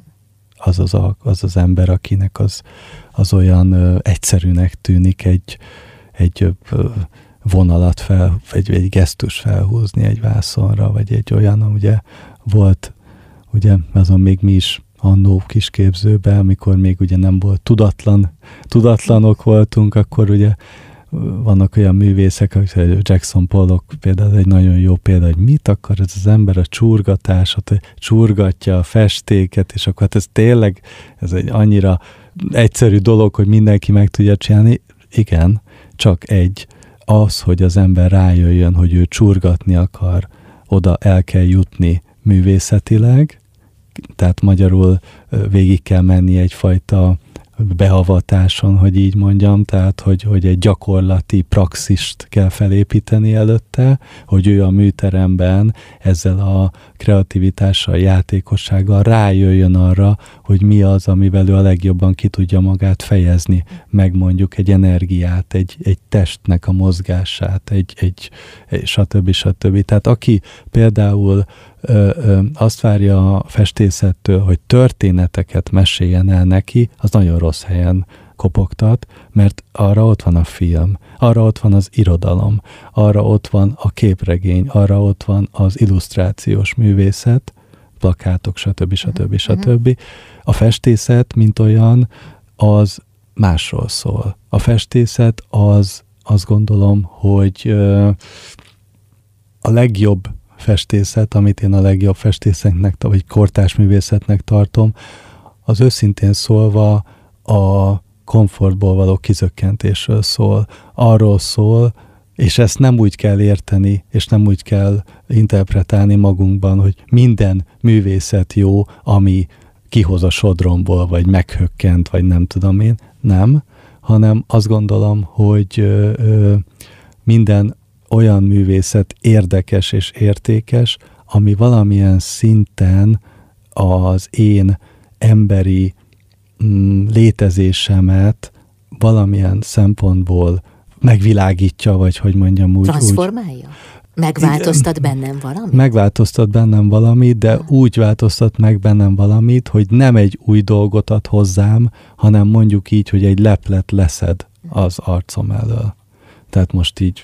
Az az ember, akinek az olyan egyszerűnek tűnik egy vonalat egy gesztus felhúzni egy vászonra, vagy egy olyan, ugye volt, ugye azon még mi is annó kisképzőben, amikor még ugye nem volt tudatlanok voltunk, akkor ugye vannak olyan művészek, Jackson Pollock például egy nagyon jó példa, hogy mit akar ez az ember a csurgatásot, hogy csurgatja a festéket, és akkor hát ez tényleg, ez egy annyira egyszerű dolog, hogy mindenki meg tudja csinálni. Igen, csak az, hogy az ember rájöjjön, hogy ő csurgatni akar, oda el kell jutni művészetileg, tehát magyarul végig kell menni egyfajta behavatáson, hogy így mondjam, tehát hogy egy gyakorlati praxist kell felépíteni előtte, hogy ő a műteremben ezzel a kreativitással, játékossággal rájöjjön arra, hogy mi az, amivel ő a legjobban ki tudja magát fejezni, meg mondjuk egy energiát, egy testnek a mozgását, egy stb. Tehát aki például azt várja a festészettől, hogy történeteket meséljen el neki, az nagyon rossz helyen kopogtat, mert arra ott van a film, arra ott van az irodalom, arra ott van a képregény, arra ott van az illusztrációs művészet, plakátok, stb. A festészet, mint olyan, az másról szól. A festészet az, azt gondolom, hogy a legjobb festészet, amit én a legjobb festészetnek, vagy kortárs művészetnek tartom, az őszintén szólva a komfortból való kizökkentésről szól. Arról szól, És ezt nem úgy kell érteni, és nem úgy kell interpretálni magunkban, hogy minden művészet jó, ami kihoz a sodromból, vagy meghökkent, vagy nem tudom én. Nem, hanem azt gondolom, hogy minden olyan művészet érdekes és értékes, ami valamilyen szinten az én emberi létezésemet valamilyen szempontból megvilágítja, vagy hogy mondjam úgy. Transformálja? Megváltoztat bennem valamit? Megváltoztat bennem valamit, de úgy változtat meg bennem valamit, hogy nem egy új dolgot ad hozzám, hanem mondjuk így, hogy egy leplet leszed az arcom elől. Tehát most így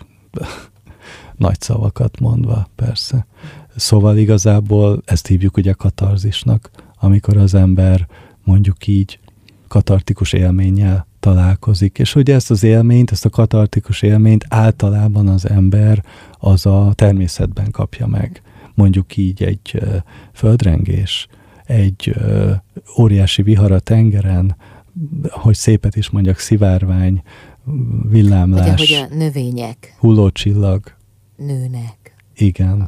nagy szavakat mondva, persze. Szóval igazából ezt hívjuk ugye katarzisnak, amikor az ember mondjuk így katartikus élménnyel találkozik. És ugye ezt az élményt, ezt a katartikus élményt általában az ember az a természetben kapja meg. Mondjuk így egy földrengés, egy óriási vihar a tengeren, hogy szépet is mondjak, szivárvány, villámlás. Ugye, hogy a növények hullócsillag. Nőnek. Igen.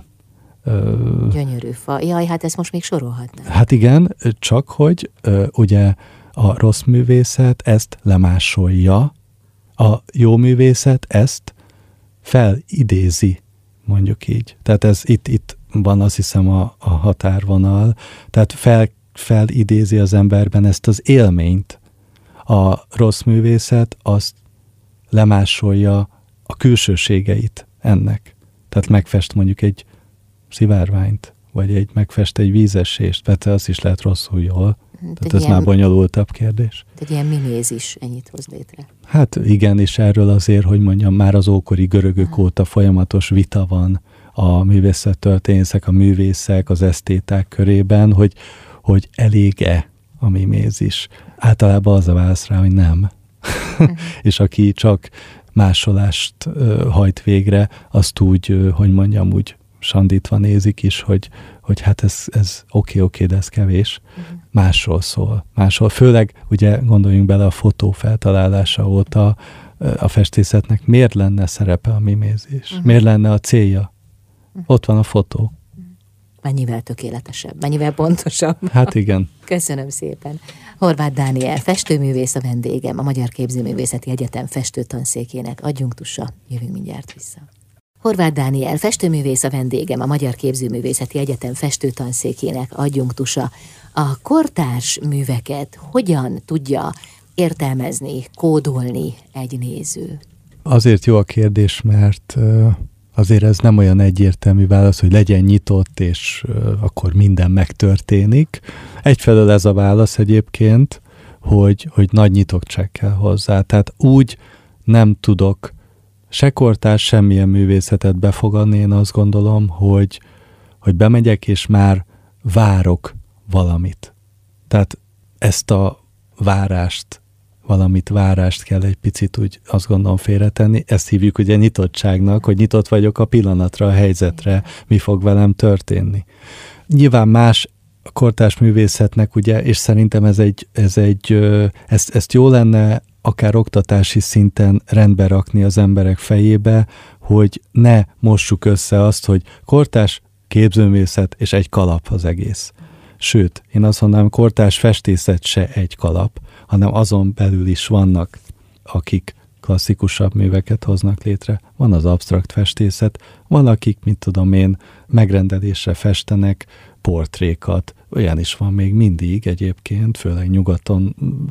Gyönyörű fa. Jaj, hát ezt most még sorolhatnám. Hát igen, csak hogy ugye a rossz művészet ezt lemásolja, a jó művészet ezt felidézi, mondjuk így. Tehát ez itt van, azt hiszem, a határvonal. Tehát felidézi az emberben ezt az élményt. A rossz művészet azt lemásolja a külsőségeit ennek. Tehát megfest mondjuk egy szivárványt, vagy megfest egy vízesést, persze az is lehet rosszul jól. Tehát ez már bonyolultabb kérdés. Egy ilyen mimézis ennyit hoz létre. Hát igen, és erről azért, hogy mondjam, már az ókori görögök óta folyamatos vita van a művészettörténészek, a művészek, az esztéták körében, hogy elég-e a mimézis. Általában az a válasz rá, hogy nem. És aki csak másolást hajt végre, azt úgy, hogy mondjam, úgy sandítva nézik is, hogy hát ez oké, de ez kevés. Másról szól. Főleg, ugye gondoljunk bele a fotó feltalálása óta a festészetnek miért lenne szerepe a mimézis? Miért lenne a célja? Ott van a fotó. Mennyivel tökéletesebb, mennyivel pontosabb. Hát igen. Köszönöm szépen. Horváth Dániel, festőművész a vendégem, a Magyar Képzőművészeti Egyetem festőtanszékének adjunktusa. Jövünk mindjárt vissza. Horváth Dániel, festőművész a vendégem, a Magyar Képzőművészeti Egyetem festőtanszékének adjunktusa. A kortárs műveket hogyan tudja értelmezni, kódolni egy néző? Azért jó a kérdés, mert azért ez nem olyan egyértelmű válasz, hogy legyen nyitott, és akkor minden megtörténik. Egyfelől ez a válasz egyébként, hogy nagy nyitottság kell hozzá. Tehát úgy nem tudok se kortárs, semmilyen művészetet befogadni, én azt gondolom, hogy bemegyek, és már várok valamit. Tehát ezt a várást kell egy picit úgy, azt gondolom, félretenni. Ezt hívjuk ugye nyitottságnak, hogy nyitott vagyok a pillanatra, a helyzetre, mi fog velem történni. Nyilván más kortárs művészetnek, ugye, és szerintem ezt jó lenne akár oktatási szinten rendbe rakni az emberek fejébe, hogy ne mossuk össze azt, hogy kortárs képzőművészet és egy kalap az egész. Sőt, én azt mondanám, kortárs festészet se egy kalap, hanem azon belül is vannak, akik klasszikusabb műveket hoznak létre. Van az absztrakt festészet, van akik, mit tudom én, megrendelésre festenek portrékat. Olyan is van még mindig egyébként, főleg nyugaton,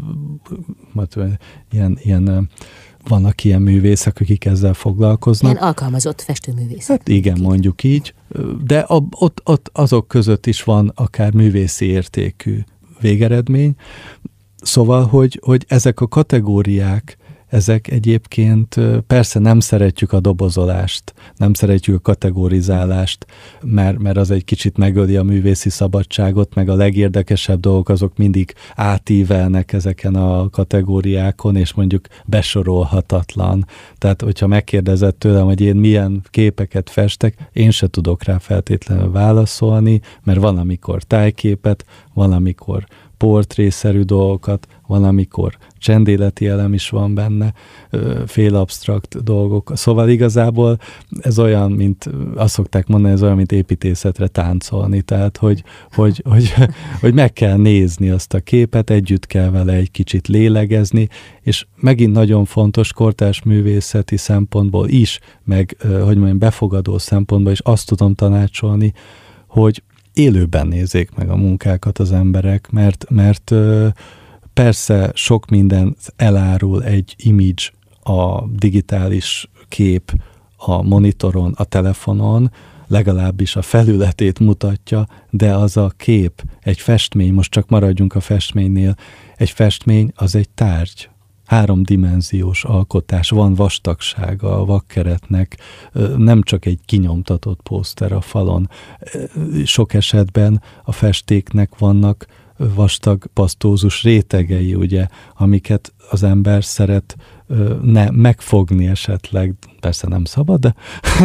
vannak ilyen művészek, akik ezzel foglalkoznak. Ilyen alkalmazott festőművészek. Hát igen, mondjuk így, de ott azok között is van akár művészi értékű végeredmény. Szóval, hogy ezek a kategóriák, ezek egyébként persze nem szeretjük a dobozolást, nem szeretjük a kategorizálást, mert az egy kicsit megöli a művészi szabadságot, meg a legérdekesebb dolgok azok mindig átívelnek ezeken a kategóriákon, és mondjuk besorolhatatlan. Tehát, hogyha megkérdezed tőlem, hogy én milyen képeket festek, én se tudok rá feltétlenül válaszolni, mert van, amikor tájképet, van, amikor portrészerű dolgokat, valamikor csendéleti elem is van benne, félabsztrakt dolgok. Szóval igazából ez olyan, mint azt szokták mondani, ez olyan, mint építészetre táncolni, tehát hogy meg kell nézni azt a képet, együtt kell vele egy kicsit lélegezni, és megint nagyon fontos kortárs művészeti szempontból is, meg befogadó szempontból is azt tudom tanácsolni, hogy élőben nézzék meg a munkákat az emberek, mert persze sok minden elárul egy image, a digitális kép a monitoron, a telefonon, legalábbis a felületét mutatja, de az a kép, egy festmény, most csak maradjunk a festménynél, egy festmény az egy tárgy, 3-dimenziós alkotás, van vastagsága a vakkeretnek, nem csak egy kinyomtatott pószter a falon. Sok esetben a festéknek vannak vastag pasztózus rétegei, ugye, amiket az ember szeret megfogni esetleg, persze nem szabad, de...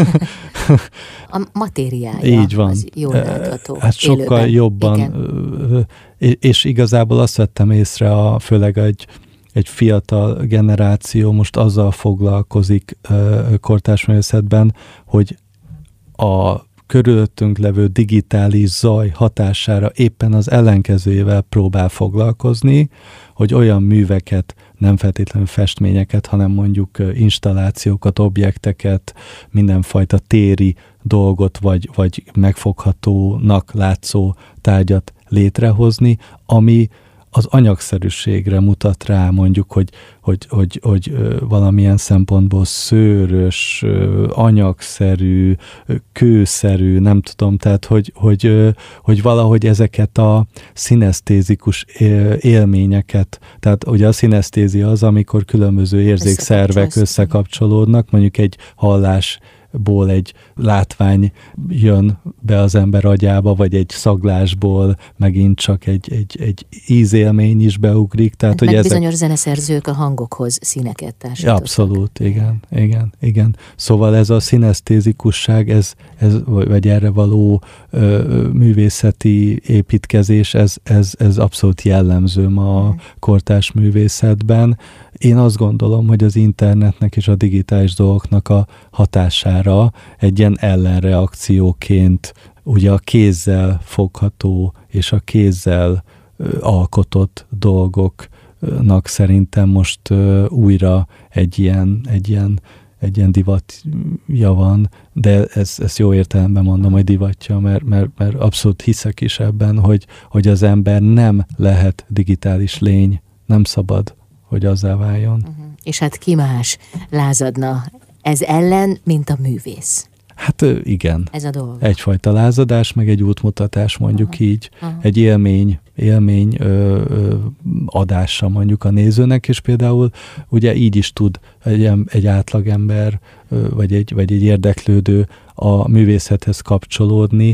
A matériája így van. Az jól látható. Hát sokkal élőben. Jobban, és igazából azt vettem észre, főleg egy fiatal generáció most azzal foglalkozik kortárs művészetben, hogy a körülöttünk levő digitális zaj hatására éppen az ellenkezőjével próbál foglalkozni, hogy olyan műveket, nem feltétlenül festményeket, hanem mondjuk installációkat, objekteket, mindenfajta téri dolgot, vagy megfoghatónak látszó tárgyat létrehozni, ami az anyagszerűségre mutat rá, mondjuk, hogy valamilyen szempontból szőrös, anyagszerű, kőszerű, nem tudom, tehát hogy valahogy ezeket a szinesztézikus élményeket, tehát ugye a szinesztézia az, amikor különböző érzékszervek összekapcsolódnak, mondjuk egy hallásból egy látvány jön be az ember agyába, vagy egy szaglásból megint csak egy ízélmény is beugrik. Tehát, hogy bizonyos zeneszerzők a hangokhoz színeket társítottak. Abszolút, igen. Szóval ez a szinesztézikusság, ez vagy erre való művészeti építkezés, ez abszolút jellemző ma a kortárs művészetben. Én azt gondolom, hogy az internetnek és a digitális dolgoknak a hatására egy ilyen ellenreakcióként ugye a kézzel fogható és a kézzel alkotott dolgoknak szerintem most újra egy ilyen divatja van, de ezt jó értelemben mondom, hogy divatja, mert abszolút hiszek is ebben, hogy az ember nem lehet digitális lény, nem szabad, hogy azzá váljon. És hát ki más lázadna ez ellen, mint a művész? Hát igen. Ez a dolog. Egyfajta lázadás, meg egy útmutatás, mondjuk így. Egy élmény adása mondjuk a nézőnek, és például ugye így is tud egy átlagember, vagy egy érdeklődő a művészethez kapcsolódni,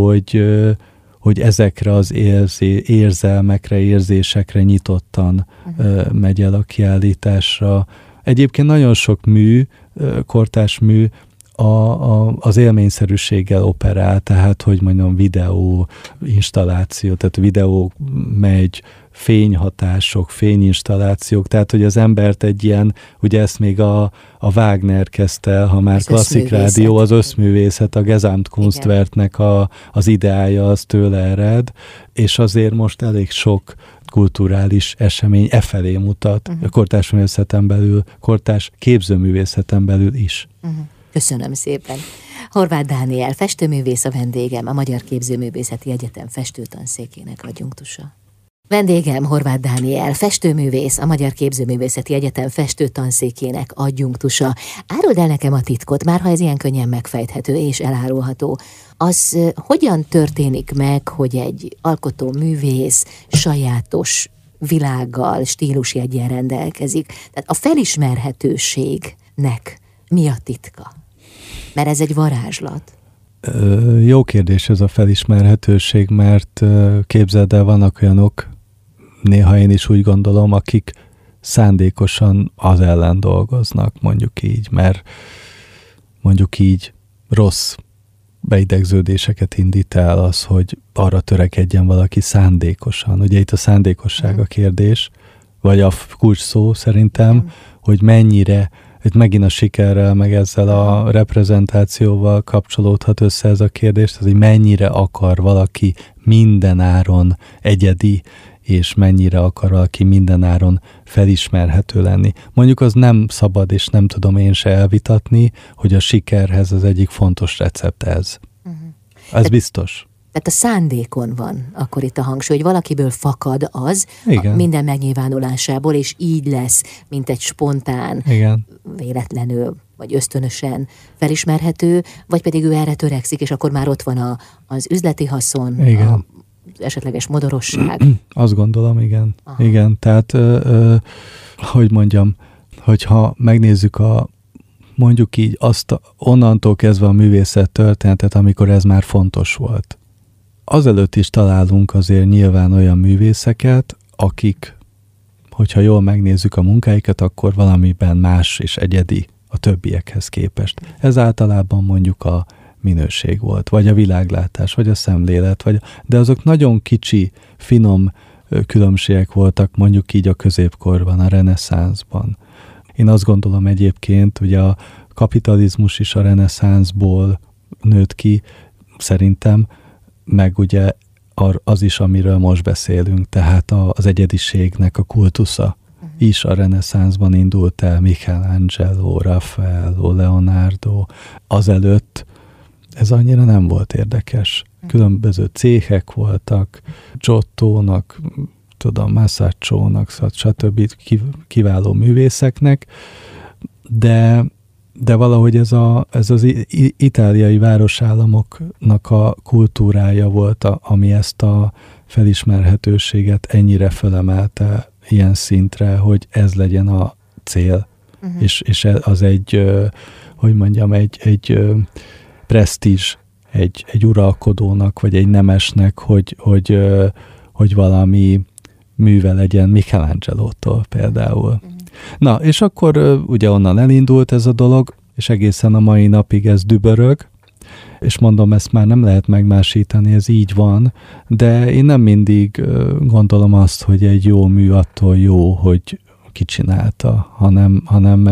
hogy ezekre az érzelmekre, érzésekre nyitottan megy el a kiállításra. Egyébként nagyon sok kortárs mű az élményszerűséggel operál, tehát, hogy mondjam, videó installáció, tehát videó megy, fényhatások, fényinstallációk, tehát, hogy az embert egy ilyen, ugye ezt még a Wagner kezdte, ha már klasszik rádió, az összművészet, a Gesamtkunstwerknek az ideája, az tőle ered, és azért most elég sok kulturális esemény felé mutat, a kortárs művészeten belül, kortárs képzőművészeten belül is. Köszönöm szépen. Horváth Dániel, festőművész a vendégem, a Magyar Képzőművészeti Egyetem festőtanszékének adjunktusa. Vendégem Horváth Dániel, festőművész, a Magyar Képzőművészeti Egyetem festőtanszékének adjunktusa. Áruld el nekem a titkot, már ha ez ilyen könnyen megfejthető és elárulható. Az hogyan történik meg, hogy egy alkotó művész sajátos világgal, stílusjeggyel rendelkezik? Tehát a felismerhetőségnek mi a titka? Mert ez egy varázslat. Jó kérdés ez a felismerhetőség, mert képzeld el, vannak olyanok, néha én is úgy gondolom, akik szándékosan az ellen dolgoznak, mondjuk így, mert mondjuk így rossz beidegződéseket indít el az, hogy arra törekedjen valaki szándékosan. Ugye itt a szándékosság a kérdés, vagy a kulcs szó szerintem, hogy mennyire, itt megint a sikerrel, meg ezzel a reprezentációval kapcsolódhat össze ez a kérdés, hogy mennyire akar valaki mindenáron egyedi, és mennyire akar valaki mindenáron felismerhető lenni. Mondjuk az nem szabad, és nem tudom én se elvitatni, hogy a sikerhez az egyik fontos recept ez. Ez biztos. Tehát a szándékon van akkor itt a hangsúly, hogy valakiből fakad az minden megnyilvánulásából, és így lesz, mint egy spontán, véletlenül, vagy ösztönösen felismerhető, vagy pedig ő erre törekszik, és akkor már ott van az üzleti haszon, az esetleges modorosság. Azt gondolom, igen. Aha. Igen, tehát, hogy mondjam, hogyha megnézzük mondjuk így azt onnantól kezdve a művészet történetet, amikor ez már fontos volt. Azelőtt is találunk azért nyilván olyan művészeket, akik, hogyha jól megnézzük a munkáikat, akkor valamiben más és egyedi a többiekhez képest. Ez általában mondjuk a minőség volt, vagy a világlátás, vagy a szemlélet, de azok nagyon kicsi, finom különbségek voltak mondjuk így a középkorban, a reneszánszban. Én azt gondolom egyébként, hogy a kapitalizmus is a reneszánszból nőtt ki, szerintem, meg ugye az is, amiről most beszélünk, tehát az egyediségnek a kultusza is a reneszánszban indult el, Michelangelo, Raffaello, Leonardo. Azelőtt ez annyira nem volt érdekes. Különböző céhek voltak, Giottónak, Masaccio-nak, stb. Kiváló művészeknek, de valahogy ez az itáliai városállamoknak a kultúrája volt, ami ezt a felismerhetőséget ennyire felemelte ilyen szintre, hogy ez legyen a cél. És az egy, hogy mondjam, egy presztízs egy uralkodónak, vagy egy nemesnek, hogy valami műve legyen Michelangelo-tól például. Na, és akkor ugye onnan elindult ez a dolog, és egészen a mai napig ez dübörög, és mondom, ezt már nem lehet megmásítani, ez így van, de én nem mindig gondolom azt, hogy egy jó mű attól jó, hogy ki csinálta, hanem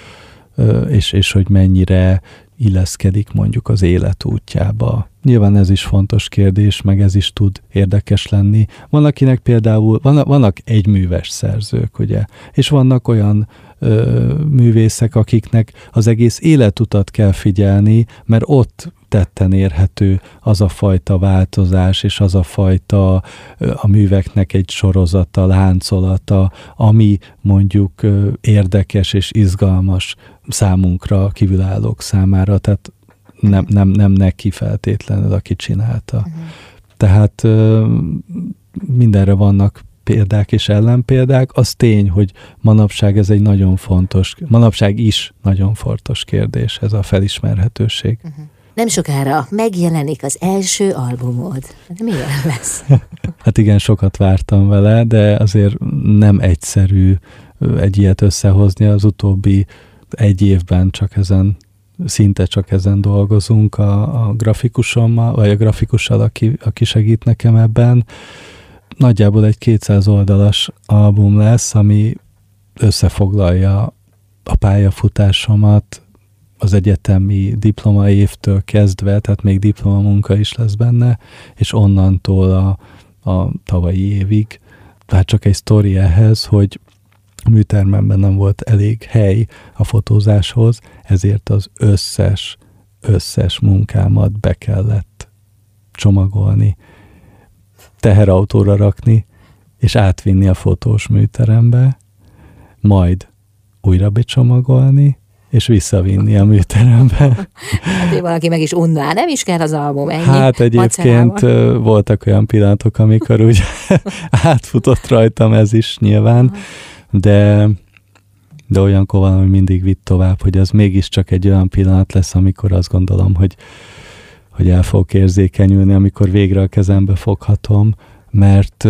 és hogy mennyire illeszkedik mondjuk az élet útjába. Nyilván ez is fontos kérdés, meg ez is tud érdekes lenni. Van akinek például, vannak egyműves szerzők, ugye, és vannak olyan művészek, akiknek az egész életutat kell figyelni, mert ott tetten érhető az a fajta változás, és az a fajta a műveknek egy sorozata, láncolata, ami mondjuk érdekes és izgalmas számunkra, kívülállók számára, tehát nem neki feltétlenül, aki csinálta. Tehát mindenre vannak példák és ellenpéldák. Az tény, hogy manapság ez egy manapság is nagyon fontos kérdés, ez a felismerhetőség. Nem sokára megjelenik az első albumod. Milyen lesz? Hát igen, sokat vártam vele, de azért nem egyszerű egy ilyet összehozni. Az utóbbi egy évben szinte csak ezen dolgozunk a grafikusommal, vagy a grafikussal, aki segít nekem ebben. Nagyjából egy 200 oldalas album lesz, ami összefoglalja a pályafutásomat az egyetemi diplomaévtől kezdve, tehát még diplomamunka is lesz benne, és onnantól a tavalyi évig. Tehát csak egy sztori ehhez, hogy a műtermemben nem volt elég hely a fotózáshoz, ezért az összes munkámat be kellett csomagolni, teherautóra rakni, és átvinni a fotós műterembe, majd újra becsomagolni, és visszavinni a műterembe. Hát valaki meg is unná, nem is kell az album, ennyi. Hát egyébként voltak olyan pillanatok, amikor úgy átfutott rajtam ez is nyilván, de olyankor valami mindig vitt tovább, hogy az mégiscsak egy olyan pillanat lesz, amikor azt gondolom, hogy el fogok érzékenyülni, amikor végre a kezembe foghatom, mert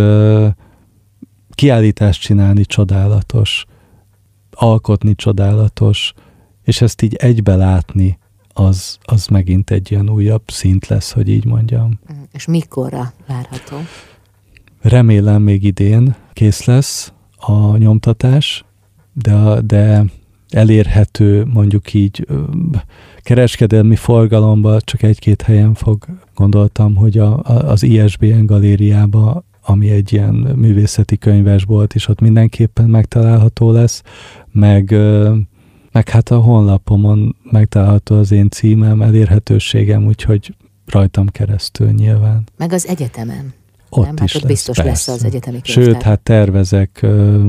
kiállítást csinálni csodálatos, alkotni csodálatos, és ezt így egybe látni az megint egy ilyen újabb szint lesz, hogy így mondjam. És mikorra várható? Remélem még idén kész lesz a nyomtatás, de elérhető mondjuk így kereskedelmi forgalomban csak egy-két helyen fog, gondoltam, hogy az ISBN galériába, ami egy ilyen művészeti könyvesbolt, és ott mindenképpen megtalálható lesz, meg hát a honlapomon megtalálható az én címem, elérhetőségem, úgyhogy rajtam keresztül nyilván. Meg az egyetemen. Ott nem? is Hát ott biztos lesz az egyetemi könyvtár. Sőt, hát tervezek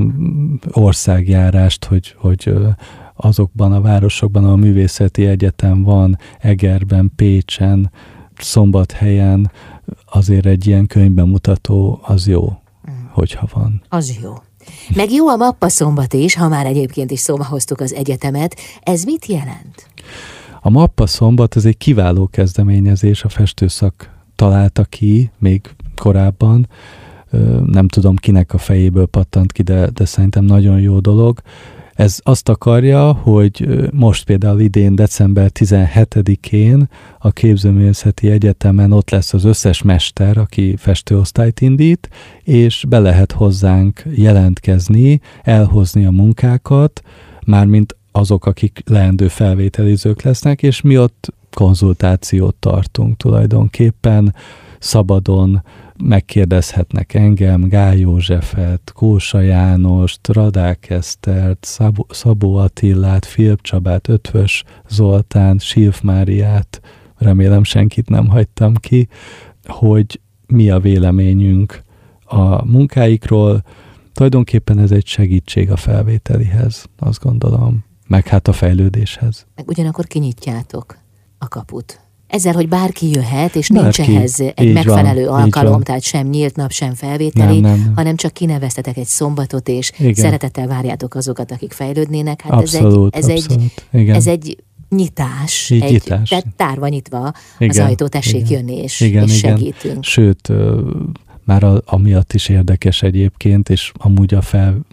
országjárást, hogy azokban a városokban, ahol a művészeti egyetem van, Egerben, Pécsen, Szombathelyen, azért egy ilyen könyvbemutató az jó, hogyha van. Az jó. Meg jó a Mappaszombat is, ha már egyébként is szóba hoztuk az egyetemet. Ez mit jelent? A Mappaszombat az egy kiváló kezdeményezés, a festőszak találta ki még korábban. Nem tudom, kinek a fejéből pattant ki, de szerintem nagyon jó dolog. Ez azt akarja, hogy most például idén december 17-én a Képzőművészeti Egyetemen ott lesz az összes mester, aki festőosztályt indít, és be lehet hozzánk jelentkezni, elhozni a munkákat, mármint azok, akik leendő felvételizők lesznek, és mi ott konzultációt tartunk tulajdonképpen, szabadon megkérdezhetnek engem, Gály Józsefet, Kósa Jánost, Radák Esztert, Szabó Attillát, Filip Csabát, Ötvös Zoltánt, Silf Máriát, remélem senkit nem hagytam ki, hogy mi a véleményünk a munkáikról. Tulajdonképpen ez egy segítség a felvételihez, azt gondolom, meg hát a fejlődéshez. Meg ugyanakkor kinyitjátok a kaput. Ezzel, hogy bárki jöhet, és nincs ehhez egy megfelelő alkalom, tehát sem nyílt nap, sem felvételi, nem. hanem csak kineveztetek egy szombatot, és szeretettel várjátok azokat, akik fejlődnének. Hát abszolút, ez egy nyitás, tehát tárva nyitva az ajtó, tessék jönni, és segítünk. Igen. Sőt, már amiatt is érdekes egyébként, és amúgy a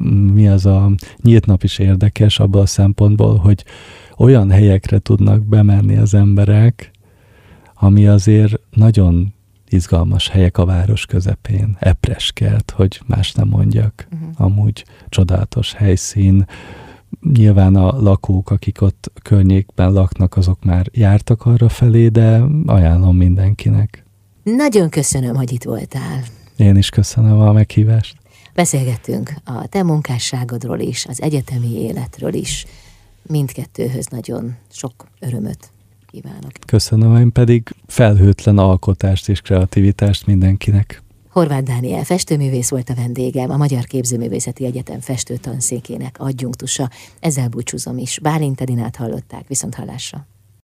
nyílt nap is érdekes abban a szempontból, hogy olyan helyekre tudnak bemenni az emberek, ami azért nagyon izgalmas helyek a város közepén. Epreskert, hogy más nem mondjak. Amúgy csodálatos helyszín. Nyilván a lakók, akik ott környékben laknak, azok már jártak arra felé, de ajánlom mindenkinek. Nagyon köszönöm, hogy itt voltál. Én is köszönöm a meghívást. Beszélgettünk a te munkásságodról is, az egyetemi életről is. Mindkettőhöz nagyon sok örömöt kívánok. Köszönöm, én pedig felhőtlen alkotást és kreativitást mindenkinek. Horváth Dániel festőművész volt a vendégem, a Magyar Képzőművészeti Egyetem festőtanszékének adjunktusa. Ezzel búcsúzom is. Bálint Edinát hallották, viszonthallásra.